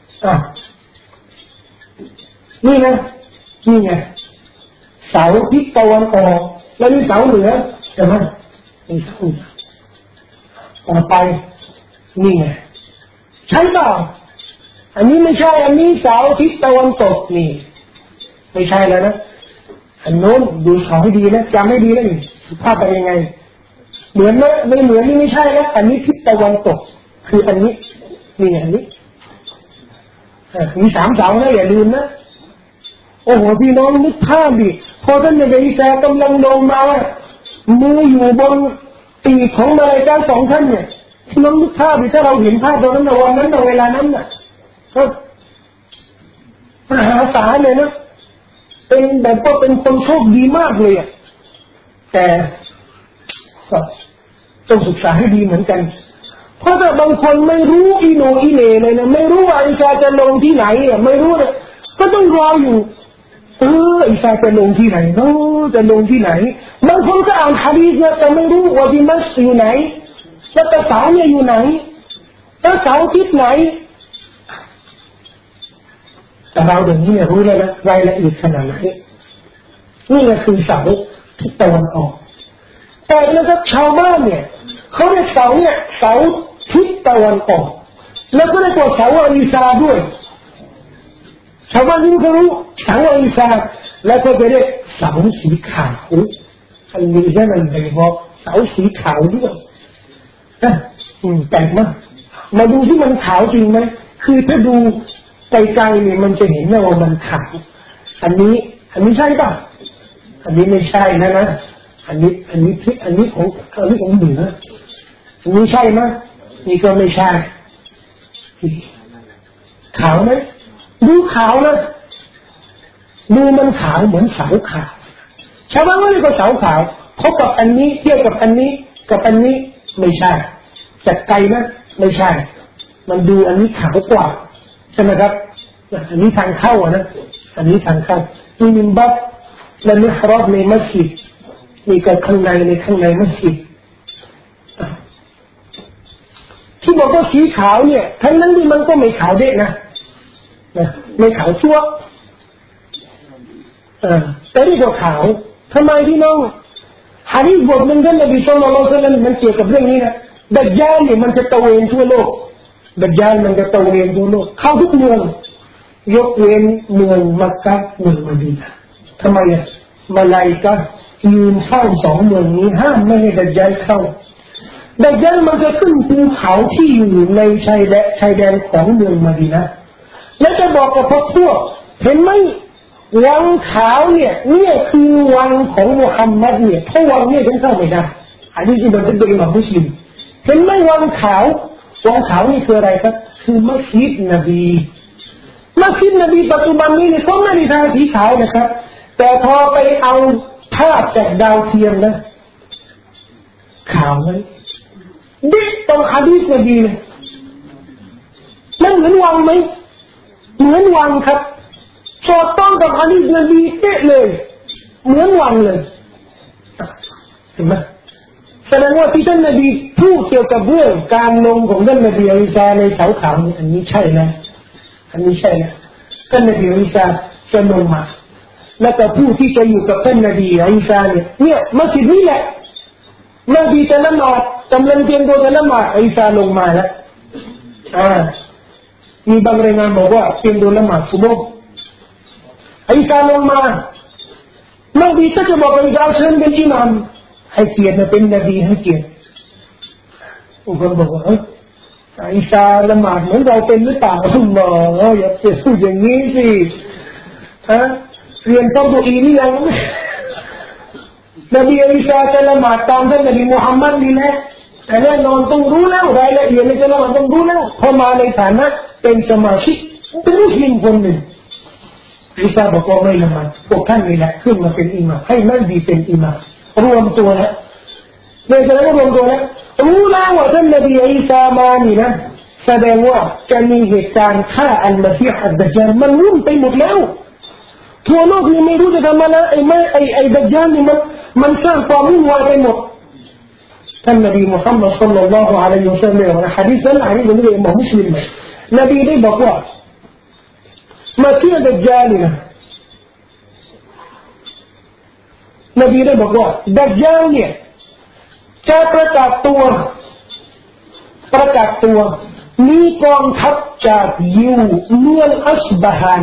นี่นะนี่ไงเสาทิศตะวันออกแล้วนี่เสาเหนือใช่ไหมนี่เสาต่อไปนี่ไงใช่เปล่าอันนี้ไม่ใช่อันนี้เสาทิศตะวันตกนี่ไม่ใช่แล้วนะอันโน้นดูเสาให้ดีนะจำให้ดีนะนี่ภาพเป็นยังไงเหมือนไหมไม่เหมือนนี่ไม่ใช่นะอันนี้ทิศตะวันตกคืออันนี้นี่อันนี้มี3 เสานะอย่าลืมนะโอ้โหพี่น้องนึกภาพดิพอท่านนบีอีสากำลังลงมามืออยู่บนปีกของมลาอิกะฮ์2 ท่านเนี่ยพี่น้องนึกภาพดิถ้าเราเห็นภาพตอนนั้นในวันนั้นในเวลานั้นน่ะมหาศาลเลยนะเป็นแบบว่าเป็นคนโชคดีมากเลยแต่ก็ต้องศึกษาให้ดีเหมือนกันเพราะถ้าบางคนไม่รู้อีโนอีเหน่เลยนะไม่รู้ว่าอิสาจะลงที่ไหนไม่รู้เลยก็ต้องรออยู่อิสาจะลงที่ไหนจะลงที่ไหนบางคนก็อ่านหะดีษเนี่ยแต่ไม่รู้ว่าดิมัชก์อยู่ไหนแล้วเสาเนี่ยอยู่ไหนแล้วเสาทิศไหนแต่เราเดี๋ยวนี้รู้แล้วนะรายละเอียดขนาดไหนนี่แหละคือเสาทิศตะวันออกแต่แล้วก็ชาวบ้านเนี่ยเขาเรียกเสาเนี่ยเสาทิศตะวันออกแล้วก็เรียกว่าเสาอิสาด้วยชาวบ้านที่เขารู้เสาอิสาแล้วก็จะเรียกเสาสีขาวอันนี้ใช่ไหมบอกเสาสีขาวด้วยแปลกมากมาดูที่มันขาวจริงไหมคือถ้าดูไกลๆเนี่ยมันจะเห็นว่ามันขาวอันนี้ใช่ป่ะอันนี้ไม่ใช่นะอันนี้ของเหนืออันนี้ใช่ไหมนี่ก็ไม่ใช่ขาวไหมดูขาวนะดูมันขาวเหมือนเสาขาวชาวบ้านก็เรียกว่าเสาขาวพบกับอันนี้เทียบกับอันนี้กับอันนี้ไม่ใช่จากไกลนะไม่ใช่มันดูอันนี้ขาวกว่าใช่ไหมครับอันนี้ทางเข้านะอันนี้ทางเข้ามีมิมบัตและมิฮรอบในมัสยิดมีกับข้างในมัสยิดที่บอกว่าสีขาวเนี่ยทั้งนั้นที่มันก็ไม่ขาวเด็กนะไม่ขาวชั่วแต่นี่ก็ขาวทำไมพี่น้องฮะดีษบทหนึ่งท่านนบีศ็อลลัลลอฮุอะลัยฮิวะซัลลัมมันเกี่ยวกับเรื่องนี้นะดัจญาลเนี่ยมันจะตะเวนทั่วโลกดัจญาลมันจะตะเวนทั่วโลกเข้าทุกเมืองยกเว้นเมืองมักกะฮ์เมืองมะดีนะห์ทำไมอ่ะมลาอิกะฮ์ยืนเฝ้าสองเมืองนี้ห้ามไม่ให้ดัจญาลเข้าดัจญาลมันจะขึ้นภูเขาที่อยู่ในชายแดนของเมืองมะดีนะห์แล้วจะบอกกับพวกเห็นไหมวังขาวเนี่ยคือวังของมุฮัมมัดเนี่ยเพราะวังเนี่ยฉันเข้าไม่ได้อันนี้ที่มันเป็นอิหม่ามมุสลิมเห็นไหมวังขาวนี่คืออะไรครับคือมัสยิดนบีปัจจุบันนี้เนี่ยเขาไม่ได้ทาสีขาวนะครับแต่พอไปเอาภาพจากดาวเทียมนะขาวไหมดิตรงอะดีษนบีเลยมันเหมือนวังไหมเหมือนวังครับสอดต้องกับอะดีษนบีเป๊ะเลยเหมือนวังเลยเห็นไหมแสดงว่าที่ท่านนบีพูดเกี่ยวกับเรื่องการลงของท่านนบีอีสาในเสาขาวอันนี้ใช่นะท่านนบีอีสาจะลงมาแล้วก็ผู้ที่จะอยู่กับท่านนบีอีสาเนี่ยมัสยิดนี้แหละนบีจะละหมาดกำลังเตรียมตัวจะละหมาดอีสาลงมาแล้วมีบางรายงานบอกว่าเตรียมตัวละหมาดซุบฮ์อีสาลงมานบีก็จะบอกอีสาเชิญเป็นอิหม่ามให้เกียรติเป็นนบีให้เกียรติอุกคนบอกว่าอีสาละหมาดเหมือนเราเป็นหรือเปล่าอย่าเสียพูดอย่างนี้สิเรียนต้องดูอีนี่ยังนบีอีสาจะละหมาดตามท่านนบีมุฮัมมัดนี่แหละแต่แน่นอนต้องรู้แล้วรายละเอียดในจะละหมาดต้องรู้แล้วพอมาในฐานะเป็นสมาชิกเป็นมุสลิมคนหนึ่งอีสาบอกว่าไม่ละหมาดพวกท่านนี่แหละขึ้นมาเป็นอิหม่ามให้นบีเป็นอิหม่ามรวมตัวแล้วในแสดงว่ารวมตัวแล้วรู้แล้วว่าท่านนบีอีสามานี่นะแสดงว่าจะมีเหตุการณ์ฆ่าอัลมาซีฮ์อัดดัจญาลมันวุ่นไปหมดแล้วทั่วโลกนี่ไม่รู้จะทำอะไรไอ้ดัจญาลนี่มันสร้างความวุ่นวายไปหมดท่านนบีมุฮัมมัดศ็อลลัลลอฮุอะลัยฮิวะซัลลัมในหะดีษนั้นหะดีษนี้อิหม่ามมุสลิมนบีได้บอกว่ามาซีฮ์ดัจญาลนี่นะนบีได้บอกว่าดัจญาลเนี่ยจะประกาศตัวมีกองทัพจากยิวเมืองอัสบะฮาน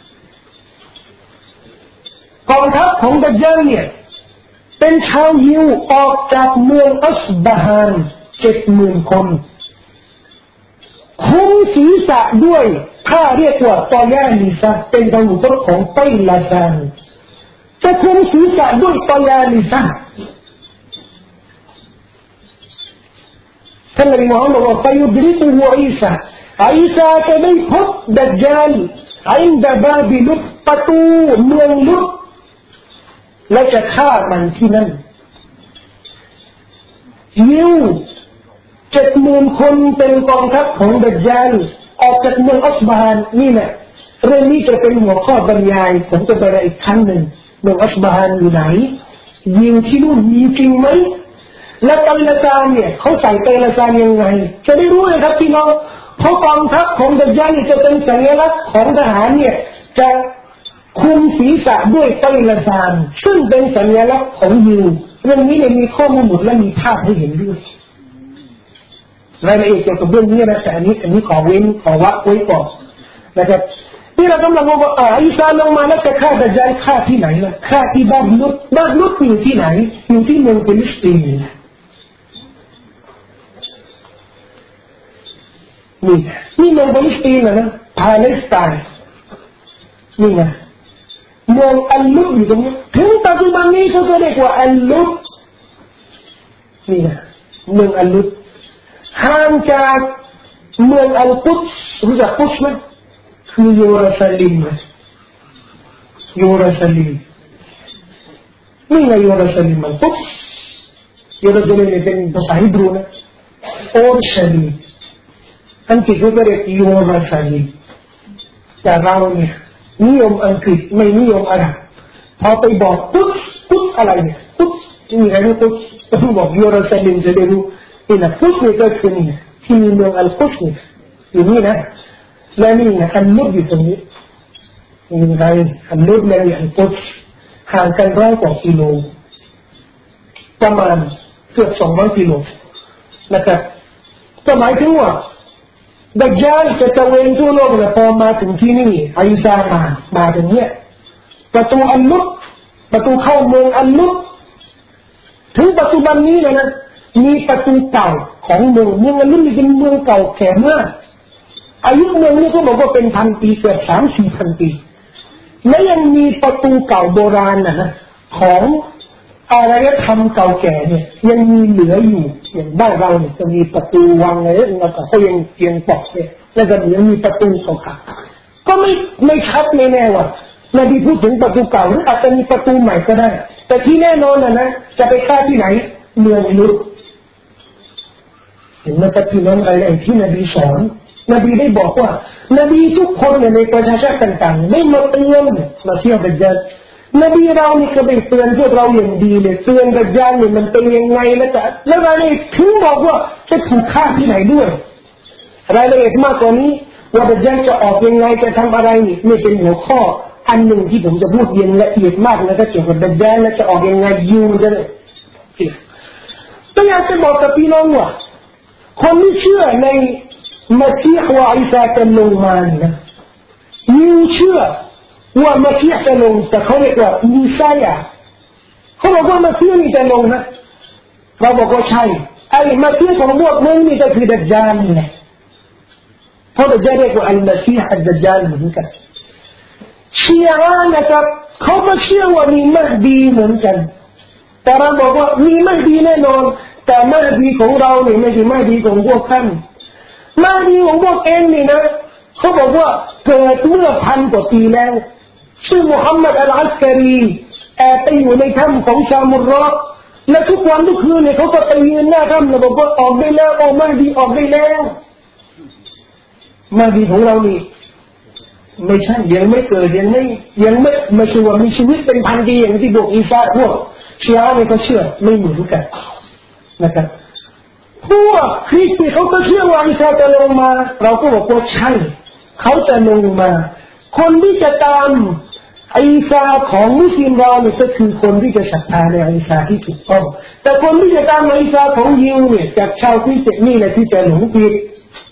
กองทัพของดัจญาลเนี่ยเป็นชาวยิวออกจากเมืองอัสบะฮาน 70,000 คนคุมศีรษะด้วยผ้าเรียกว่าตอยานิซะเป็นอาวุธของไตลาซานจะคุมศีรษะด้วยตอยานิซะท่านนบีมุฮัมมัดบอกว่ายุดริกุฮุอีซาจะได้พบดัจญาลอินดะบาบิลุตประตูเมืองลุตและจะฆ่ามันที่นั่นยิว 70,000 คนเป็นกองทัพของดัจญาลออกจากเมืองอัสบะฮานนี่แหละเรื่องนี้จะเป็นหัวข้อบรรยายผมจะบรรยายอีกครั้งหนึ่งเมืองอัสบะฮานอยู่ไหนยิวที่นู่นมีจริงไหมและกัลซานเนี่ยเขาใส่กัลซานยังไงจะได้รู้เลยครับพี่น้องเพราะกองทัพของดัจญาลจะเป็นสัญลักษณ์ของทหารเนี่ยจะคุมศีรษะด้วยกัลซานซึ่งเป็นสัญลักษณ์ของยิวเรื่องนี้เนี่ยมีข้อมูลหมดและมีภาพให้เห็นด้วยรายละเอียดเกี่ยวกับเรื่องนี้นะแต่อันนี้ขอวะไว้ก่อนนะครับที่เรากำลังบอกว่าอีสาลงมาแล้วจะฆ่าดัจญาลฆ่าที่ไหนล่ะฆ่าที่บ้านลุตอยู่ที่ไหนอยู่ที่เมืองฟิลิสตีนนี่เมืองฟิลิสตีนนะปาเลสไตน์นี่ไงเมืองอัลลุตอยู่ตรงนี้ถึงปัจจุบันนี้เขาจะเรียกว่าอัลลุตนี่ไงเมืองอัลลุตห่างจากเมืองอัลกุดส์รู้จักกุดส์ไหมคือเยรูซาเล็มนี่ไงเยรูซาเล็มอัลกุดส์เยรูซาเล็มเป็นภาษาฮีบรูนะโอรชาลีอังกฤษก็เรียกยูโรชาลีแต่เราเนี่ยนิยมอังกฤษไม่นิยมอาหรับพอไปบอกกุดอะไรเนี่ยกุดมีอะไรกุดต้องบอกยูโรชาลีจะได้รู้นี่นะกุดนี่ก็คือนี่ที่มีเมืองอัลกุดนี่อยู่นี่นะและนี่นะอันลุดอยู่ตรงนี้มีอะไรอันลุดและอันกุดห่างกัน100 กว่ากิโลประมาณเกือบ200 กิโลนะครับก็หมายถึงว่าดัจญาลจะตะเวนทั่วโลกแต่พอมาถึงที่นี่อิสามาตรงนี้ประตูอัลลุดประตูเข้าเมืองอัลลุดถึงปัจจุบันนี้นะมีประตูเก่าของเมืองอัลลุดนี่เป็นเมืองเก่าแก่มากอายุเมืองนี้ก็บอกว่าเป็น1,000 ปีเกือบ 3-4,000 ปีและยังมีประตูเก่าโบราณนะของอารยธรรมเก่าแก่เนี่ยยังมีเหลืออยู่อย่างบ้านเราเนี่ยจะมีประตูวังอะไรแล้วก็ยังปอกเนี่ยแล้วก็ยังมีประตูเก่าก็ไม่ชัดไม่แน่ว่านบีพูดถึงประตูเก่าหรืออาจจะมีประตูใหม่ก็ได้แต่ที่แน่นอนนะจะไปฆ่าที่ไหนเมืองลุดเห็นไหมครับพี่น้องอะไรที่นบีสอนนบีได้บอกว่านบีทุกคนในประชาชาติต่างๆไม่มาเตือนมาเที่ยวดัจญาลนบีเรานี่ก็ไปเตือนพวกเราอย่างดีเลยเตือนดัจญาลเนี่ยมันเป็นยังไงแล้วรายละเอียดถึงบอกว่าจะถูกฆ่าที่ไหนด้วยรายละเอียดมากกว่านี้ว่าดัจญาลจะออกยังไงจะทำอะไรนี่เป็นหัวข้ออันหนึ่งที่ผมจะพูดอย่างละเอียดมากนะถ้าเกี่ยวกับดัจญาลและจะออกยังไงยูจะเลยก็อยากจะบอกกับพี่น้องว่าคนที่เชื่อในมัซีฮ์ว่าอิสาจะลงมานะยูเชื่อว่ามัซีฮ์จะลงแต่เขาเรียกว่าอีซายะเขาบอกว่ามัซีฮ์นี่จะลงนะเราบอกว่าใช่ไอ้มัซีฮ์ของพวกมึงนี่ก็คือดัจญาลนี่แหละเพราะดัจญาลเรียกว่าอัลมัซีฮ์อัลดัจญาลเหมือนกันชีอะห์นะครับเขาก็เชื่อว่ามีมะฮดีเหมือนกันแต่เราบอกว่ามีมะฮดีแน่นอนแต่มะฮดีของเราเนี่ยไม่ใช่มะฮดีของพวกท่านมะฮดีของพวกเองนี่นะเขาบอกว่าเกิดเมื่อ1,000 กว่าปีแล้วชื่อมุฮัมมัดอัลอัสการีแอบไปอยู่ในถ้ำของชามุรอและทุกวันทุกคืนเนี่ยเขาก็ไปยืนหน้าถ้ำแล้วบอกว่าออกได้แล้วมะฮดีออกได้แล้วมะฮดีของเรานี่ไม่ใช่ยังไม่เกิดยังไม่ชัวร์มีชีวิตเป็น1,000 ปีอย่างที่บอกอีสาพวกชีอะห์เนี่ยก็เชื่อไม่เหมือนกันนะครับพวกคริสต์เขาก็เชื่อว่าอีสาจะลงมาเราก็บอกว่าใช่เขาจะลงมาคนที่จะตามอีสาของมุสลิมเราเนี่ยก็คือคนที่จะศรัทธาในอีสาที่ถูกต้องแต่คนที่จะตามอีสาของยิวเนี่ยจากชาวคริสต์นี่แหละที่จะหลงผิด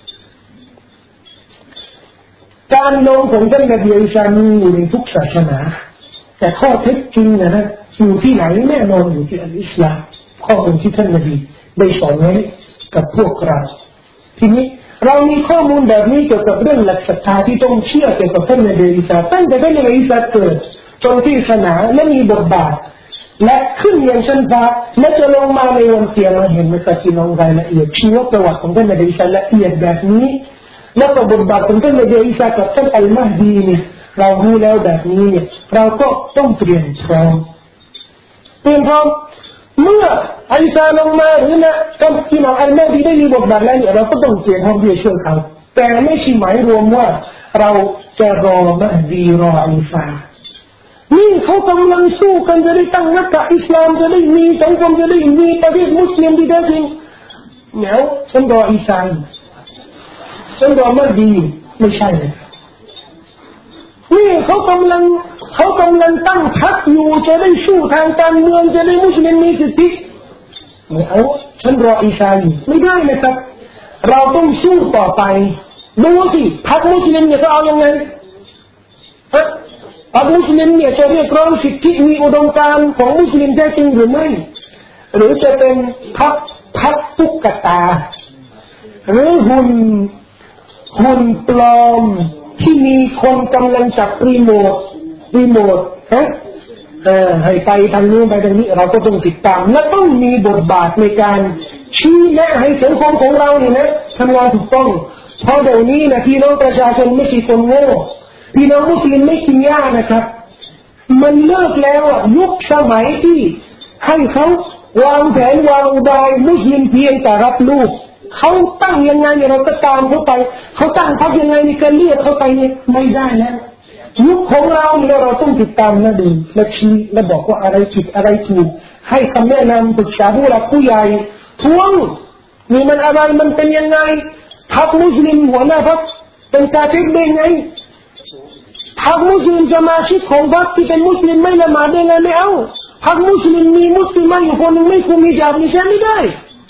การลงของท่านนบีอีสามีอยู่ในทุกศาสนาแต่ข้อเท็จจริงนะอยู่ที่ไหนแน่นอนอยู่ที่อัลอิสลามข้อมูลที่ท่านนบีได้สอนไว้กับพวกเราทีนี้เรามีข้อมูลแบบนี้เกี่ยวกับเรื่องหลักศรัทธาที่ต้องเชื่อเกี่ยวกับท่านนบีอีสาตั้งแต่ท่านนบีอีสาเกิดจนที่ศาสนาและมีบทบาทและขึ้นอย่างชั้นฟ้าและจะลงมาในวันเกียรติเห็นไหมครับที่น้องรายละเอียดชีวประวัติของท่านนบีอีสาละเอียดแบบนี้แล้วก็บทบาทของท่านนบีอีสากับท่านอัลมาฮดีเนี่ยเรารู้แล้วแบบนี้เนี่ยเราก็ต้องเตรียมพร้อมเมื่ออีสาลงมาหรือนะกับที่น้องอัลมาฮดีได้มีบทบาทแล้วเนี่ยเราก็ต้องเตรียมพร้อมที่จะช่วยเขาแต่ไม่ใช่หมายรวมว่าเราจะรอมะฮดีรออีสานี่เขากำลังสู้กันจะได้ตั้งรัฐอิสลามจะได้มีสังคมจะได้มีประเทศมุสลิมที่แท้จริงแล้วฉันรออีสาฉันรอมะฮดีไม่ใช่เลยนี่เขากำลังตั้งพรรคอยู่จะได้สู้ทางการเมืองจะได้มุสลิมมีสิทธิไม่เอาฉันรออีสาอยู่ไม่ได้นะครับเราต้องสู้ต่อไปดูสิพรรคมุสลิมเนี่ยจะเอายังไงพรรคมุสลิมเนี่ยจะเรียกร้องสิทธิมีอุดมการณ์ของมุสลิมแท้จริงหรือไม่หรือจะเป็นพรรคตุ๊กตาหรือหุ่นปลอมที่มีคนกำลังจับรีโมทให้ไปทางนู้นไปทางนี้เราก็ต้องติดตามและต้องมีบทบาทในการชี้แนะให้สังคมของเราเนี่ยนะทำงานถูกต้องเพราะเดี๋ยวนี้นะพี่น้องประชาชนไม่ใช่คนโง่พี่น้องมุสลิมไม่กินยานะครับมันเลิกแล้วยุคสมัยที่ให้เขาวางแผนวางอุบายมุสลิมเพียงแต่รับลูกเขาตั้งยังไงเนี่ยเราก็ตามเขาไปเขาตั้งพักยังไงนี่ก็เรียกเขาไปเนี่ยไม่ได้แล้วยุคของเราเนี่ยเราต้องติดตามและดูและชี้และบอกว่าอะไรผิดอะไรถูกให้คำแนะนำปรึกษาผู้หลักผู้ใหญ่ทวงนี่มันอะไรมันเป็นยังไงพรรคมุสลิมหัวหน้าพรรคเป็นกาเฟรได้ไงพรรคมุสลิมสมาชิกของพรรคที่เป็นมุสลิมไม่ละหมาดได้ไงไม่เอาพรรคมุสลิมมีมุสลิมอยู่คนหนึ่งไม่คุมฮิญาบนี่ใช่ไม่ได้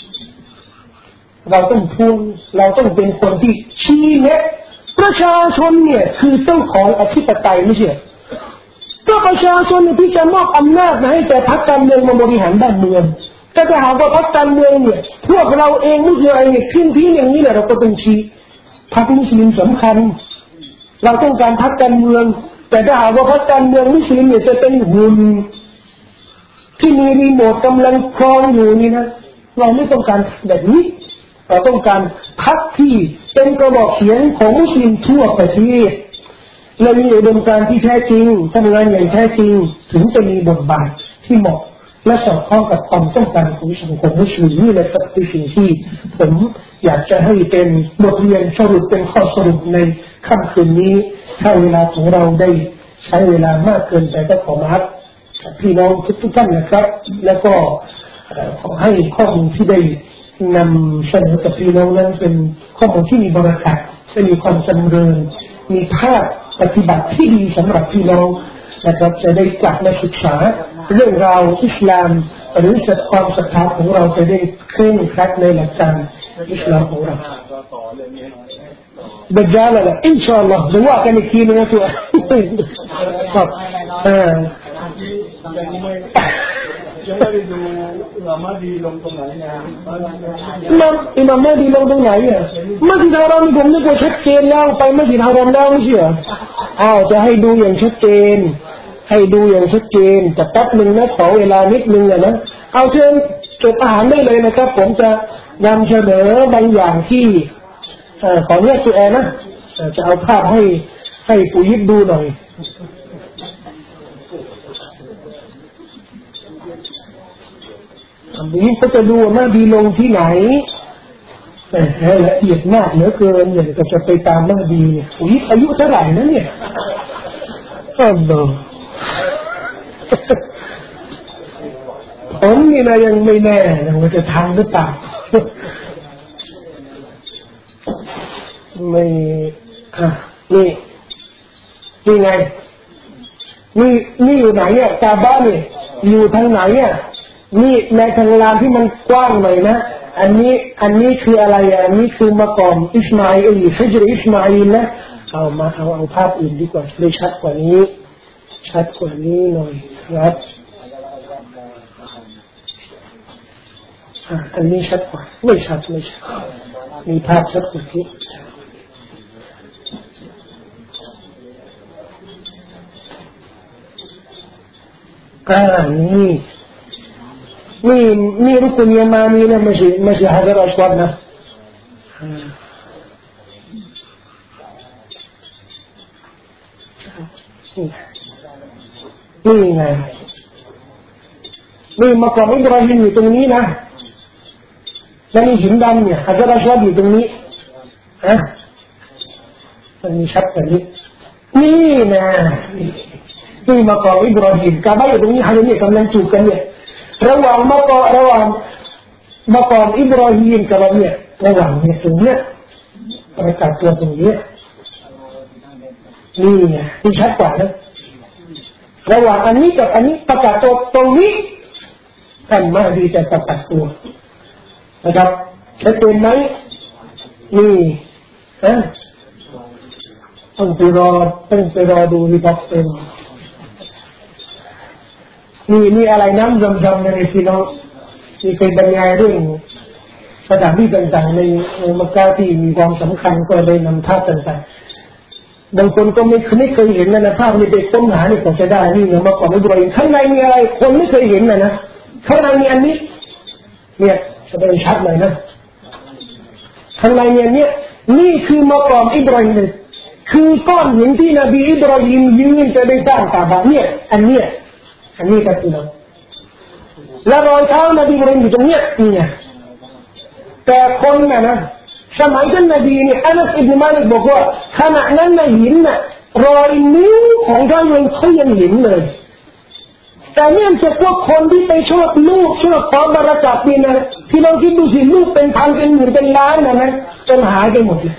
เราต้องทวงเราต้องเป็นคนที่ชี้แนะประชาชนเนี่ยคือเจ้าของอธิปไตยไม่ใช่ก็ประชาชนที่จะมอบอำนาจให้แต่พรรคการเมืองมาบริหารบ้านเมืองแต่ถ้าหากว่าพรรคการเมืองเนี่ยพวกเราเองมุสลิมเองเนี่ยขึ้นที่อย่างนี้เนี่ยเราก็ต้องชี้พรรคมุสลิมสำคัญเราต้องการพรรคการเมืองแต่ถ้าหากว่าพรรคการเมืองมุสลิมเนี่ยจะเป็นหุ่นที่มีรีโมทกำลังครองอยู่นี่นะเราไม่ต้องการแบบนี้เราต้องการพรรคที่เป็นกระบอกเสียงของมุสลิมทั่วประเทศและมีอุดมการณ์ที่แท้จริงทำงานอย่างแท้จริงถึงจะมีบทบาทที่เหมาะและสอดคล้องกับความต้องการของสังคมมุสลิมนี่แหละคือสิ่งที่ผมอยากจะให้เป็นบทเรียนสรุปเป็นข้อสรุปในค่ำคืนนี้ถ้าเวลาของเราได้ใช้เวลามากเกินไปก็ขอมาครับพี่น้องทุกท่านนะครับแล้วก็ขอให้ข้อมูลที่ได้นำเสนอกับพี่น้องนั้นเป็นข้อมูลที่มีบริการจะมีความจำเริญมีภาพปฏิบัติที่ดีสำหรับพี่น้องนะครับจะได้กลับมาศึกษาเรื่องราวอิสลามหรือความศรัทธาของเราจะได้เคร่งครัดในหลักการอิสลามของเราดัจญาลละอินชาอัลลอฮ์จะว่ากันอีกทีนึงนะตัวครับยังไม่ได้ดูอิหม่ามมาดีลงตรงไหนนะอิหม่ามมาดีลงตรงไหนอ่ะมัสยิดฮารอมผมนึกว่าชัดเจนแล้วไปมัสยิดฮารอมแล้วไม่ใช่เหรอจะให้ดูอย่างชัดเจนให้ดูอย่างชัดเจนแต่แป๊บนึงนะขอเวลานิดนึงนะเอาเชิญจดอาหารได้เลยนะครับผมจะนำเสนอบางอย่างที่ขอเรียกตัวแอนนะจะเอาภาพให้ปู่ยิบดูหน่อยนี้ก็จะดูว่ามาดีลงที่ไหนแต่ละเอียดมากเหลือเกินอย่างก็จะไปตามมาดีเนี่ยอุ้ยอายุเท่าไหร่นะเนี่ยอ๋อผมนี่นะยังไม่แน่ว่าจะทันหรือเปล่าไม่นี่ไงนี่อยู่ไหนเนี่ยกาบ้านเนี่ยอยู่ทางไหนเนี่ยนี่ในทางลานที่มันกว้างหน่อยนะอันนี้คืออะไรอันนี้คือมะกอมอิสมาอิลฮิจรอิสมาอิลนะเอาภาพอื่นดีกว่าเลยชัดกว่านี้หน่อยครับอันนี้ชัดกว่าไม่ชัดมีภาพชัดกว่าที่นี่รุกนยามานีนะไม่ใช่ฮะจาร์อัสวัดนะนี่ไงนี่มากอมอิบราฮิมอยู่ตรงนี้นะแล้วมีหินดำเนี่ยฮะจาร์อัสวัดอยู่ตรงนี้มันมีชัดแบบนี้นี่นะนี่มากอมอิบราฮิมกาบะอยู่ตรงนี้ฮะเนี่ยกำลังจูบกันเนี่ยระหว่างมากอมอิบราฮิมกับเนี่ยระหว่างเนี่ยตรงเนี้ยประกาศตัวตรงนี้นี่ไงที่ชัดกว่านะระหว่างอันนี้กับอันนี้ประกาศตัวตรงนี้ท่านมาดีจะประกาศตัวนะครับชัดเจนไหมนี่ต้องไปรอดูรีพอร์ตเป็นนี่อะไรน้ำจำในพี่น้องที่เคยบรรยายเรื่องสถานที่ต่างๆในมักกะที่มีความสำคัญก็เลยนำภาพต่างๆบางคนก็ไม่เคยเห็นนะภาพนี้ไปค้นหานี่ก็จะได้นี่นะมาก่อนไม่บ่อยข้างในมีอะไรคนไม่เคยเห็นนะข้างในมีอันนี้เนี่ยจะเป็นชัดหน่อยนะข้างในเนี่ยนี่คือมากอมอิบราฮิมคือก้อนหินที่นบีอิบราฮิมยืนจะได้สร้างกาบะเนี่ยอันนี้ก็คือและรอยเท้านบีอิบราฮิมอยู่ตรงเนี้ยนี่แต่คนนะสมัยท่านนบีเนี่ยอานัสอิบนุมาลิกบอกว่าขณะนั้นน่ะหินน่ะรอยนิ้วของท่านเขายังเห็นเลยแต่เนื่องจากว่าคนที่ไปชอบลูกชอบขอบารักัตนี่นะที่เราคิดดูสิลูกเป็นพันเป็นหมื่นเป็นล้านนะจนหายไปหมดเลย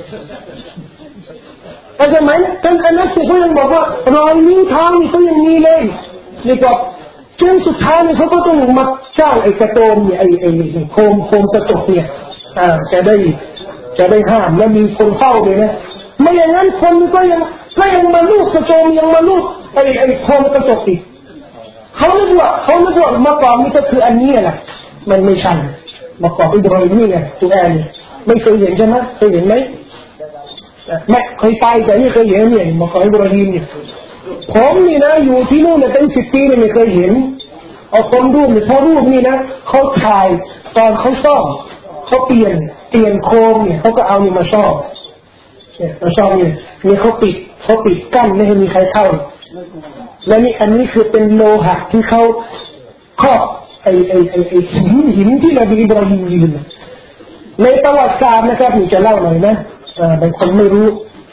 แต่สมัยท่านอานัสเขายังบอกว่ารอยนิ้วเท้านี่เขายังมีเลยนี่ก็จนสุดท้ายเนี่ยเขาก็ต้องมาสร้างไอ้กระโจมเนี่ยไอ้โคมกระจกเนี่ยจะได้ห้ามและมีคนเฝ้าเลยนะไม่อย่างนั้นคนก็ยังมาลูกกระโจมยังมาลูกไอ้โคมกระจกอีกเขาไม่รู้มาก่อนนี่ก็คืออันนี้แหละมันไม่ใช่มาก่อนอิบราฮิมนี่ไงตัวแอนไม่เคยเห็นใช่ไหมเคยเห็นไหมไม่เคยไปแต่นี่เคยเห็นเนี่ยมาก่อนอิบราฮิมเนี่ยผมนี่นะอยู่ที่นู่นเนี่ยเป็น10 ปีไม่เคยเห็นเอาคนรูปเนี่ยพอรูปนี่นะเขาถ่ายตอนเขาซ่อมเขาเปลี่ยนโคมเนี่ยเขาก็เอานี่มาซ่อมเนี่ยมาซ่อมเนี่ยเขาปิดกั้นไม่ให้มีใครเข้าและนี่อันนี้คือเป็นโลหะที่เขาครอบไอ้หินที่นบีอิบราฮิมยืนในประวัติศาสตร์นะครับผมจะเล่าหน่อยนะบางคนไม่รู้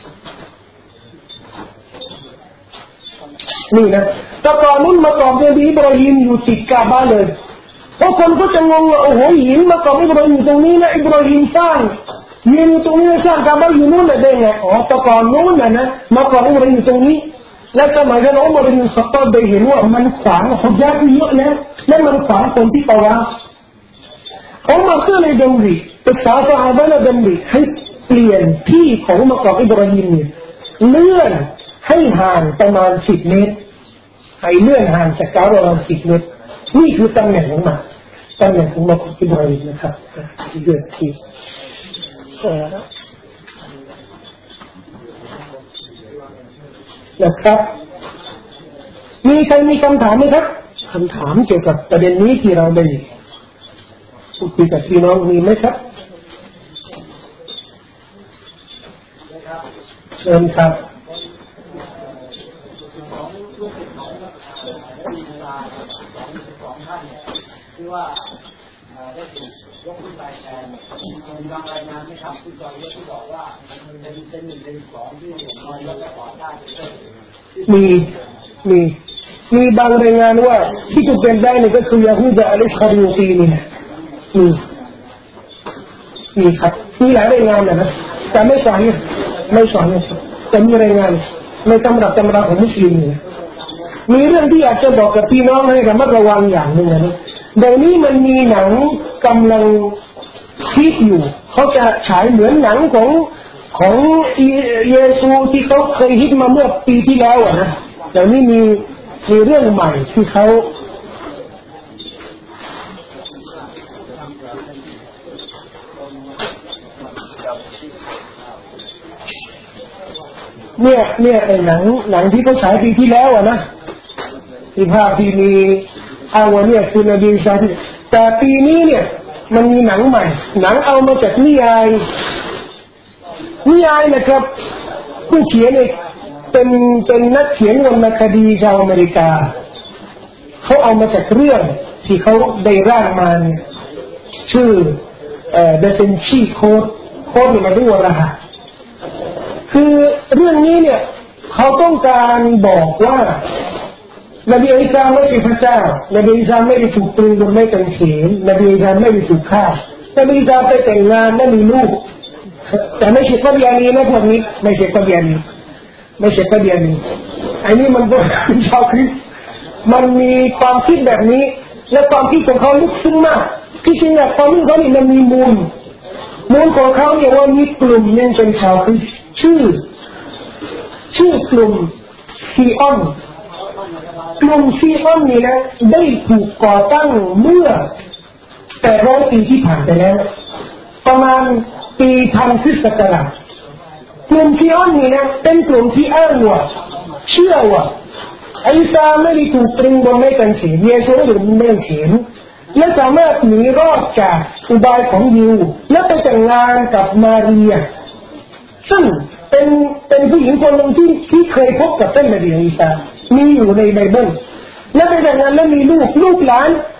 นี่นะแต่ก่อนนู้นมาก่อนนบีอิบราฮิมอยู่ติดกาบะเลยเพราะคนก็จะงงว่าโอ้โหหินมาก่อนอิบราฮิมอยู่ตรงนี้นะอิบราฮิมสร้างยืนตรงนี้สร้างกาบะอยู่นู้นได้ไงอ๋อแต่ก่อนนู้นนะมาก่อนอิบราฮิมอยู่ตรงนี้แล้วสมัยนั้นอุมัรอิบนุลค็อฏฏอบได้เห็นว่ามันขวางฮุญญาตเยอะแล้วและมันขวางคนที่ตะวาฟอุมัรก็เลยดำริปรึกษาซอฮาบะห์ดำริให้เปลี่ยนที่ของมาก่อนอิบราฮิมเนี่ยเลื่อนให้ห่างประมาณ10 เมตรให้เลื่อนห่างจากกาบะประมาณ10 เมตรนี่คือตำแหน่งของมันตำแหน่งของมาก่อนอิบราฮิมนะครับที่เลือกที่นะครับมีใครมีคำถามไหมครับคำถามเกี่ยวกับประเด็นนี้ที่เราได้พูดคุยกับพี่น้องมีไหมครับเชิญครับที่ว่าได้ถูกยกขึ้นไปแทนมีบางรายงานไม่ทำที่บอกว่าเป็น1 เป็น 2ที่น้อยแล้วก็ขอได้มีบางรายงานว่าที่จะเป็นได้เนี่ยก็คือยะฮูดะอัลคาริยูตีนี่นะมีครับมีหลายรายงานนะแต่ไม่สายแต่มีรายงานในตำราของมุสลิมเนี่ยมีเรื่องที่อยากจะบอกกับพี่น้องให้ระมัดระวังอย่างหนึ่งนะเดี๋ยวนี้มันมีหนังกำลังฮิตอยู่เขาจะฉายเหมือนหนังของเยซูที่เขาเคยฮิตมาเมื่อปีที่แล้วนะเดี๋ยวนี้มีเรื่องใหม่ที่เขาเนี่ยไอ้หนังที่เขาฉายปีที่แล้วนะที่ภาพที่มีอ้างว่าเนี่ยคือนบีอีสาแต่ปีนี้เนี่ยมันมีหนังใหม่หนังเอามาจากนิยายนะครับผู้เขียนเนี่ยเป็นนักเขียนวรรณคดีชาวอเมริกาเขาเอามาจากเรื่องที่เขาได้ร่างมาเนี่ยชื่อDa Vinci Code เนี่ยมันเรียกว่ารหัสคือเรื่องนี้เนี่ยเขาต้องการบอกว่านบีอีสาไม่ใช่พระเจ้านบีอีสาไม่ได้ถูกตรึงบนไม้กางเขนนบีอีสาไม่ได้ถูกฆ่านบีอีสาไปแต่งงานและมีลูกแต่ไม่ใช่กัลยาณีนะพวกนี้ไม่ใช่กัลยาณีอันนี้มันเป็นชาวคริสต์มันมีความคิดแบบนี้และความคิดของเขาลึกซึ้งมากที่จริงเนี่ยความคิดเขานี่มันมีมูลของเขาเนี่ยว่ามีกลุ่มนึงเป็นชาวคริสต์ชื่อกลุ่มซีออนนี่นะได้ถูกก่อตั้งเมื่อ800 ปีที่ผ่านไปแล้วประมาณปี1000 คริสตศักราชกลุ่มซีออนนี่นะเป็นกลุ่มที่อ้างว่าเชื่อว่าอีสาไม่ได้ถูกตรึงบนไม้กางเขนเยซูไม่ได้ถูกบนไม้กางเขนและสามารถหนีรอดจากอุบายของยิวและไปแต่งงานกับมาเรียซึ่งเป็นผู้หญิงคนหนึ่งที่เคยพบกับท่านนบีอีสามีอยู่ในไบเบิลและไปแต่งงานแล้วมีลูกหลาน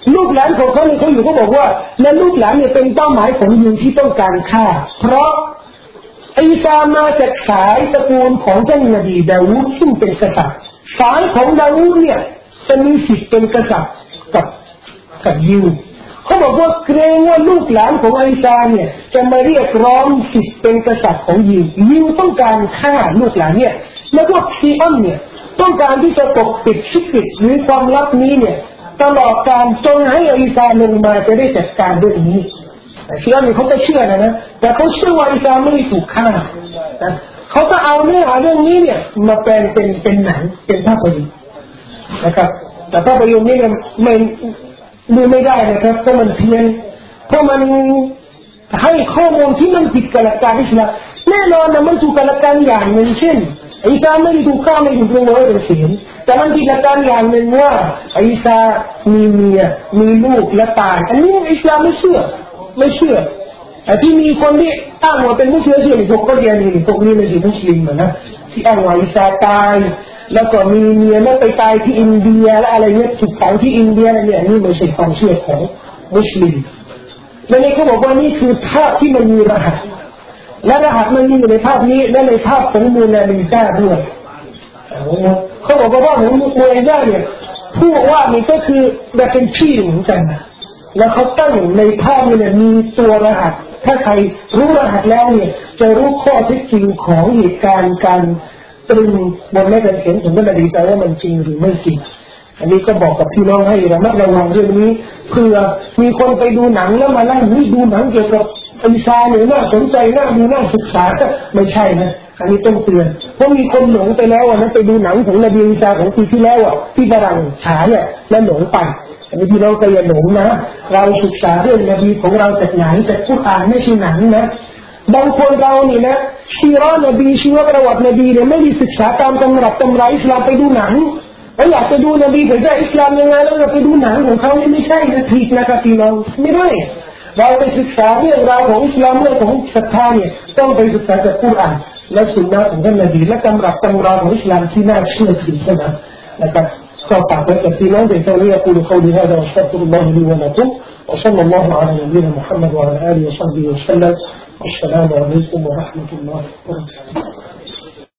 ลูกหลานของเขาเนี่ยเขาอยู่เขาบอกว่าและลูกหลานเนี่ยเป็นเป้าหมายของยิวที่ต้องการฆ่าเพราะอีสามาจากสายตระกูลของท่านนบีดาวูดซึ่งเป็นกษัตริย์สายของดาวูดเนี่ยจะมีสิทธิ์เป็นกษัตริย์กับยิวเขาบอกว่าเกรงว่าลูกหลานของอีสาเนี่ยจะมาเรียกร้องสิทธิ์เป็นกษัตริย์ของยิวต้องการฆ่าลูกหลานเนี่ยแล้วก็ซีอัมเนี่ยต้องการที่จะปกปิดชิดหรือความลับนี้เนี่ยตลอดการจนให้อีสาลงมาจะได้จัดการเรื่องนี้ชีอะห์เขาก็เชื่อนะแต่เขาเชื่อว่าอีสาไม่ได้ถูกฆ่าเขาก็เอาเนื้อหาเรื่องนี้เนี่ยมาแปลงเป็นหนังเป็นภาพยนตร์นะครับแต่ภาพยนตร์นี่ไม่ดูไม่ได้นะครับเพราะมันเพี้ยนเพราะมันให้ข้อมูลที่มันผิดกับหลักการอิสลามแน่นอนนะมันถูกกับหลักการอย่างหนึ่งเช่นอีสาไม่ได้ถูกฆ่าไม่ถูกลงโทษเป็นศีลแต่มันผิดหลักการอย่างหนึ่งว่าอีสามีเมียมีลูกและตายอันนี้อิสลามไม่เชื่อแต่ที่มีคนที่อ้างว่าเป็นมุสลิมพวกก็เรียนนี่พวกนี้เป็นมุสลิมนะที่อ้างว่าอิสาตายแล้วก็มีเมียแล้วไปตายที่อินเดียและอะไรเนี่ยถูกฝังที่อินเดียอะไรเนี่ยนี่ไม่ใช่ความเชื่อของมุสลิมและนี่เขาบอกว่านี่คือภาพที่มันมีรหัสและรหัสมันมีอยู่ในภาพนี้และในภาพของมูนาลิซาด้วยเขาบอกว่าของมูนาลิซาเนี่ยผู้ว่านี่ก็คือแบบเป็นพี่เหมือนกันแล้วเขาตั้งในภาพนี้เนี่ยมีตัวรหัสถ้าใครรู้รหัสแล้วเนี่ยจะรู้ข้อเท็จจริงของเหตุการณ์การตรึงบนแม่กางเขนถึงจะดีใจว่ามันจริงหรือไม่จริงอันนี้ก็บอกกับพี่น้องให้ระมัดระวังเรื่องนี้เพื่อมีคนไปดูหนังแล้วมานั่งดูหนังเกี่ยวกับอีสาเนี่ยน่าสนใจน่าดูน่าศึกษาก็ไม่ใช่นะอันนี้ต้องเตือนเพราะมีคนหลงไปแล้วนะไปดูหนังของนบีอีสาของปีที่แล้วที่ฝรั่งฉายแล้วหลงไปอันนี้พี่น้องก็อย่าหลงนะเราศึกษาเรื่องนบีของเราจากไหนจากกุรอานไม่ใช่หนังนะบางคนเรานี่นะชีวะนบีชีวประวัตินบีเนี่ยไม่ได้ศึกษาตามตำรับตำราอิสลามไปดูหนังแล้วอยากจะดูนบีเผยแพร่อิสลามยังไงแล้วเราไปดูหนังของเขาไม่ใช่นะผิดนะครับพี่น้องไม่ได้เราไปศึกษาเรื่องราวของอิสลามเรื่องของศรัทธาเนี่ยต้องไปศึกษาจากกุรอานและสุนนะของท่านนบีและตำรับตำราของอิสลามที่น่าเชื่อถือนะครับก็ฝากไว้กับพี่น้องเดี๋ยวนี้أقول قولي هذا وأستغفر الله لي ولكم وصلى الله على نبينا محمد وعلى آله وصحبه وسلم والسلام عليكم ورحمة الله وبركاته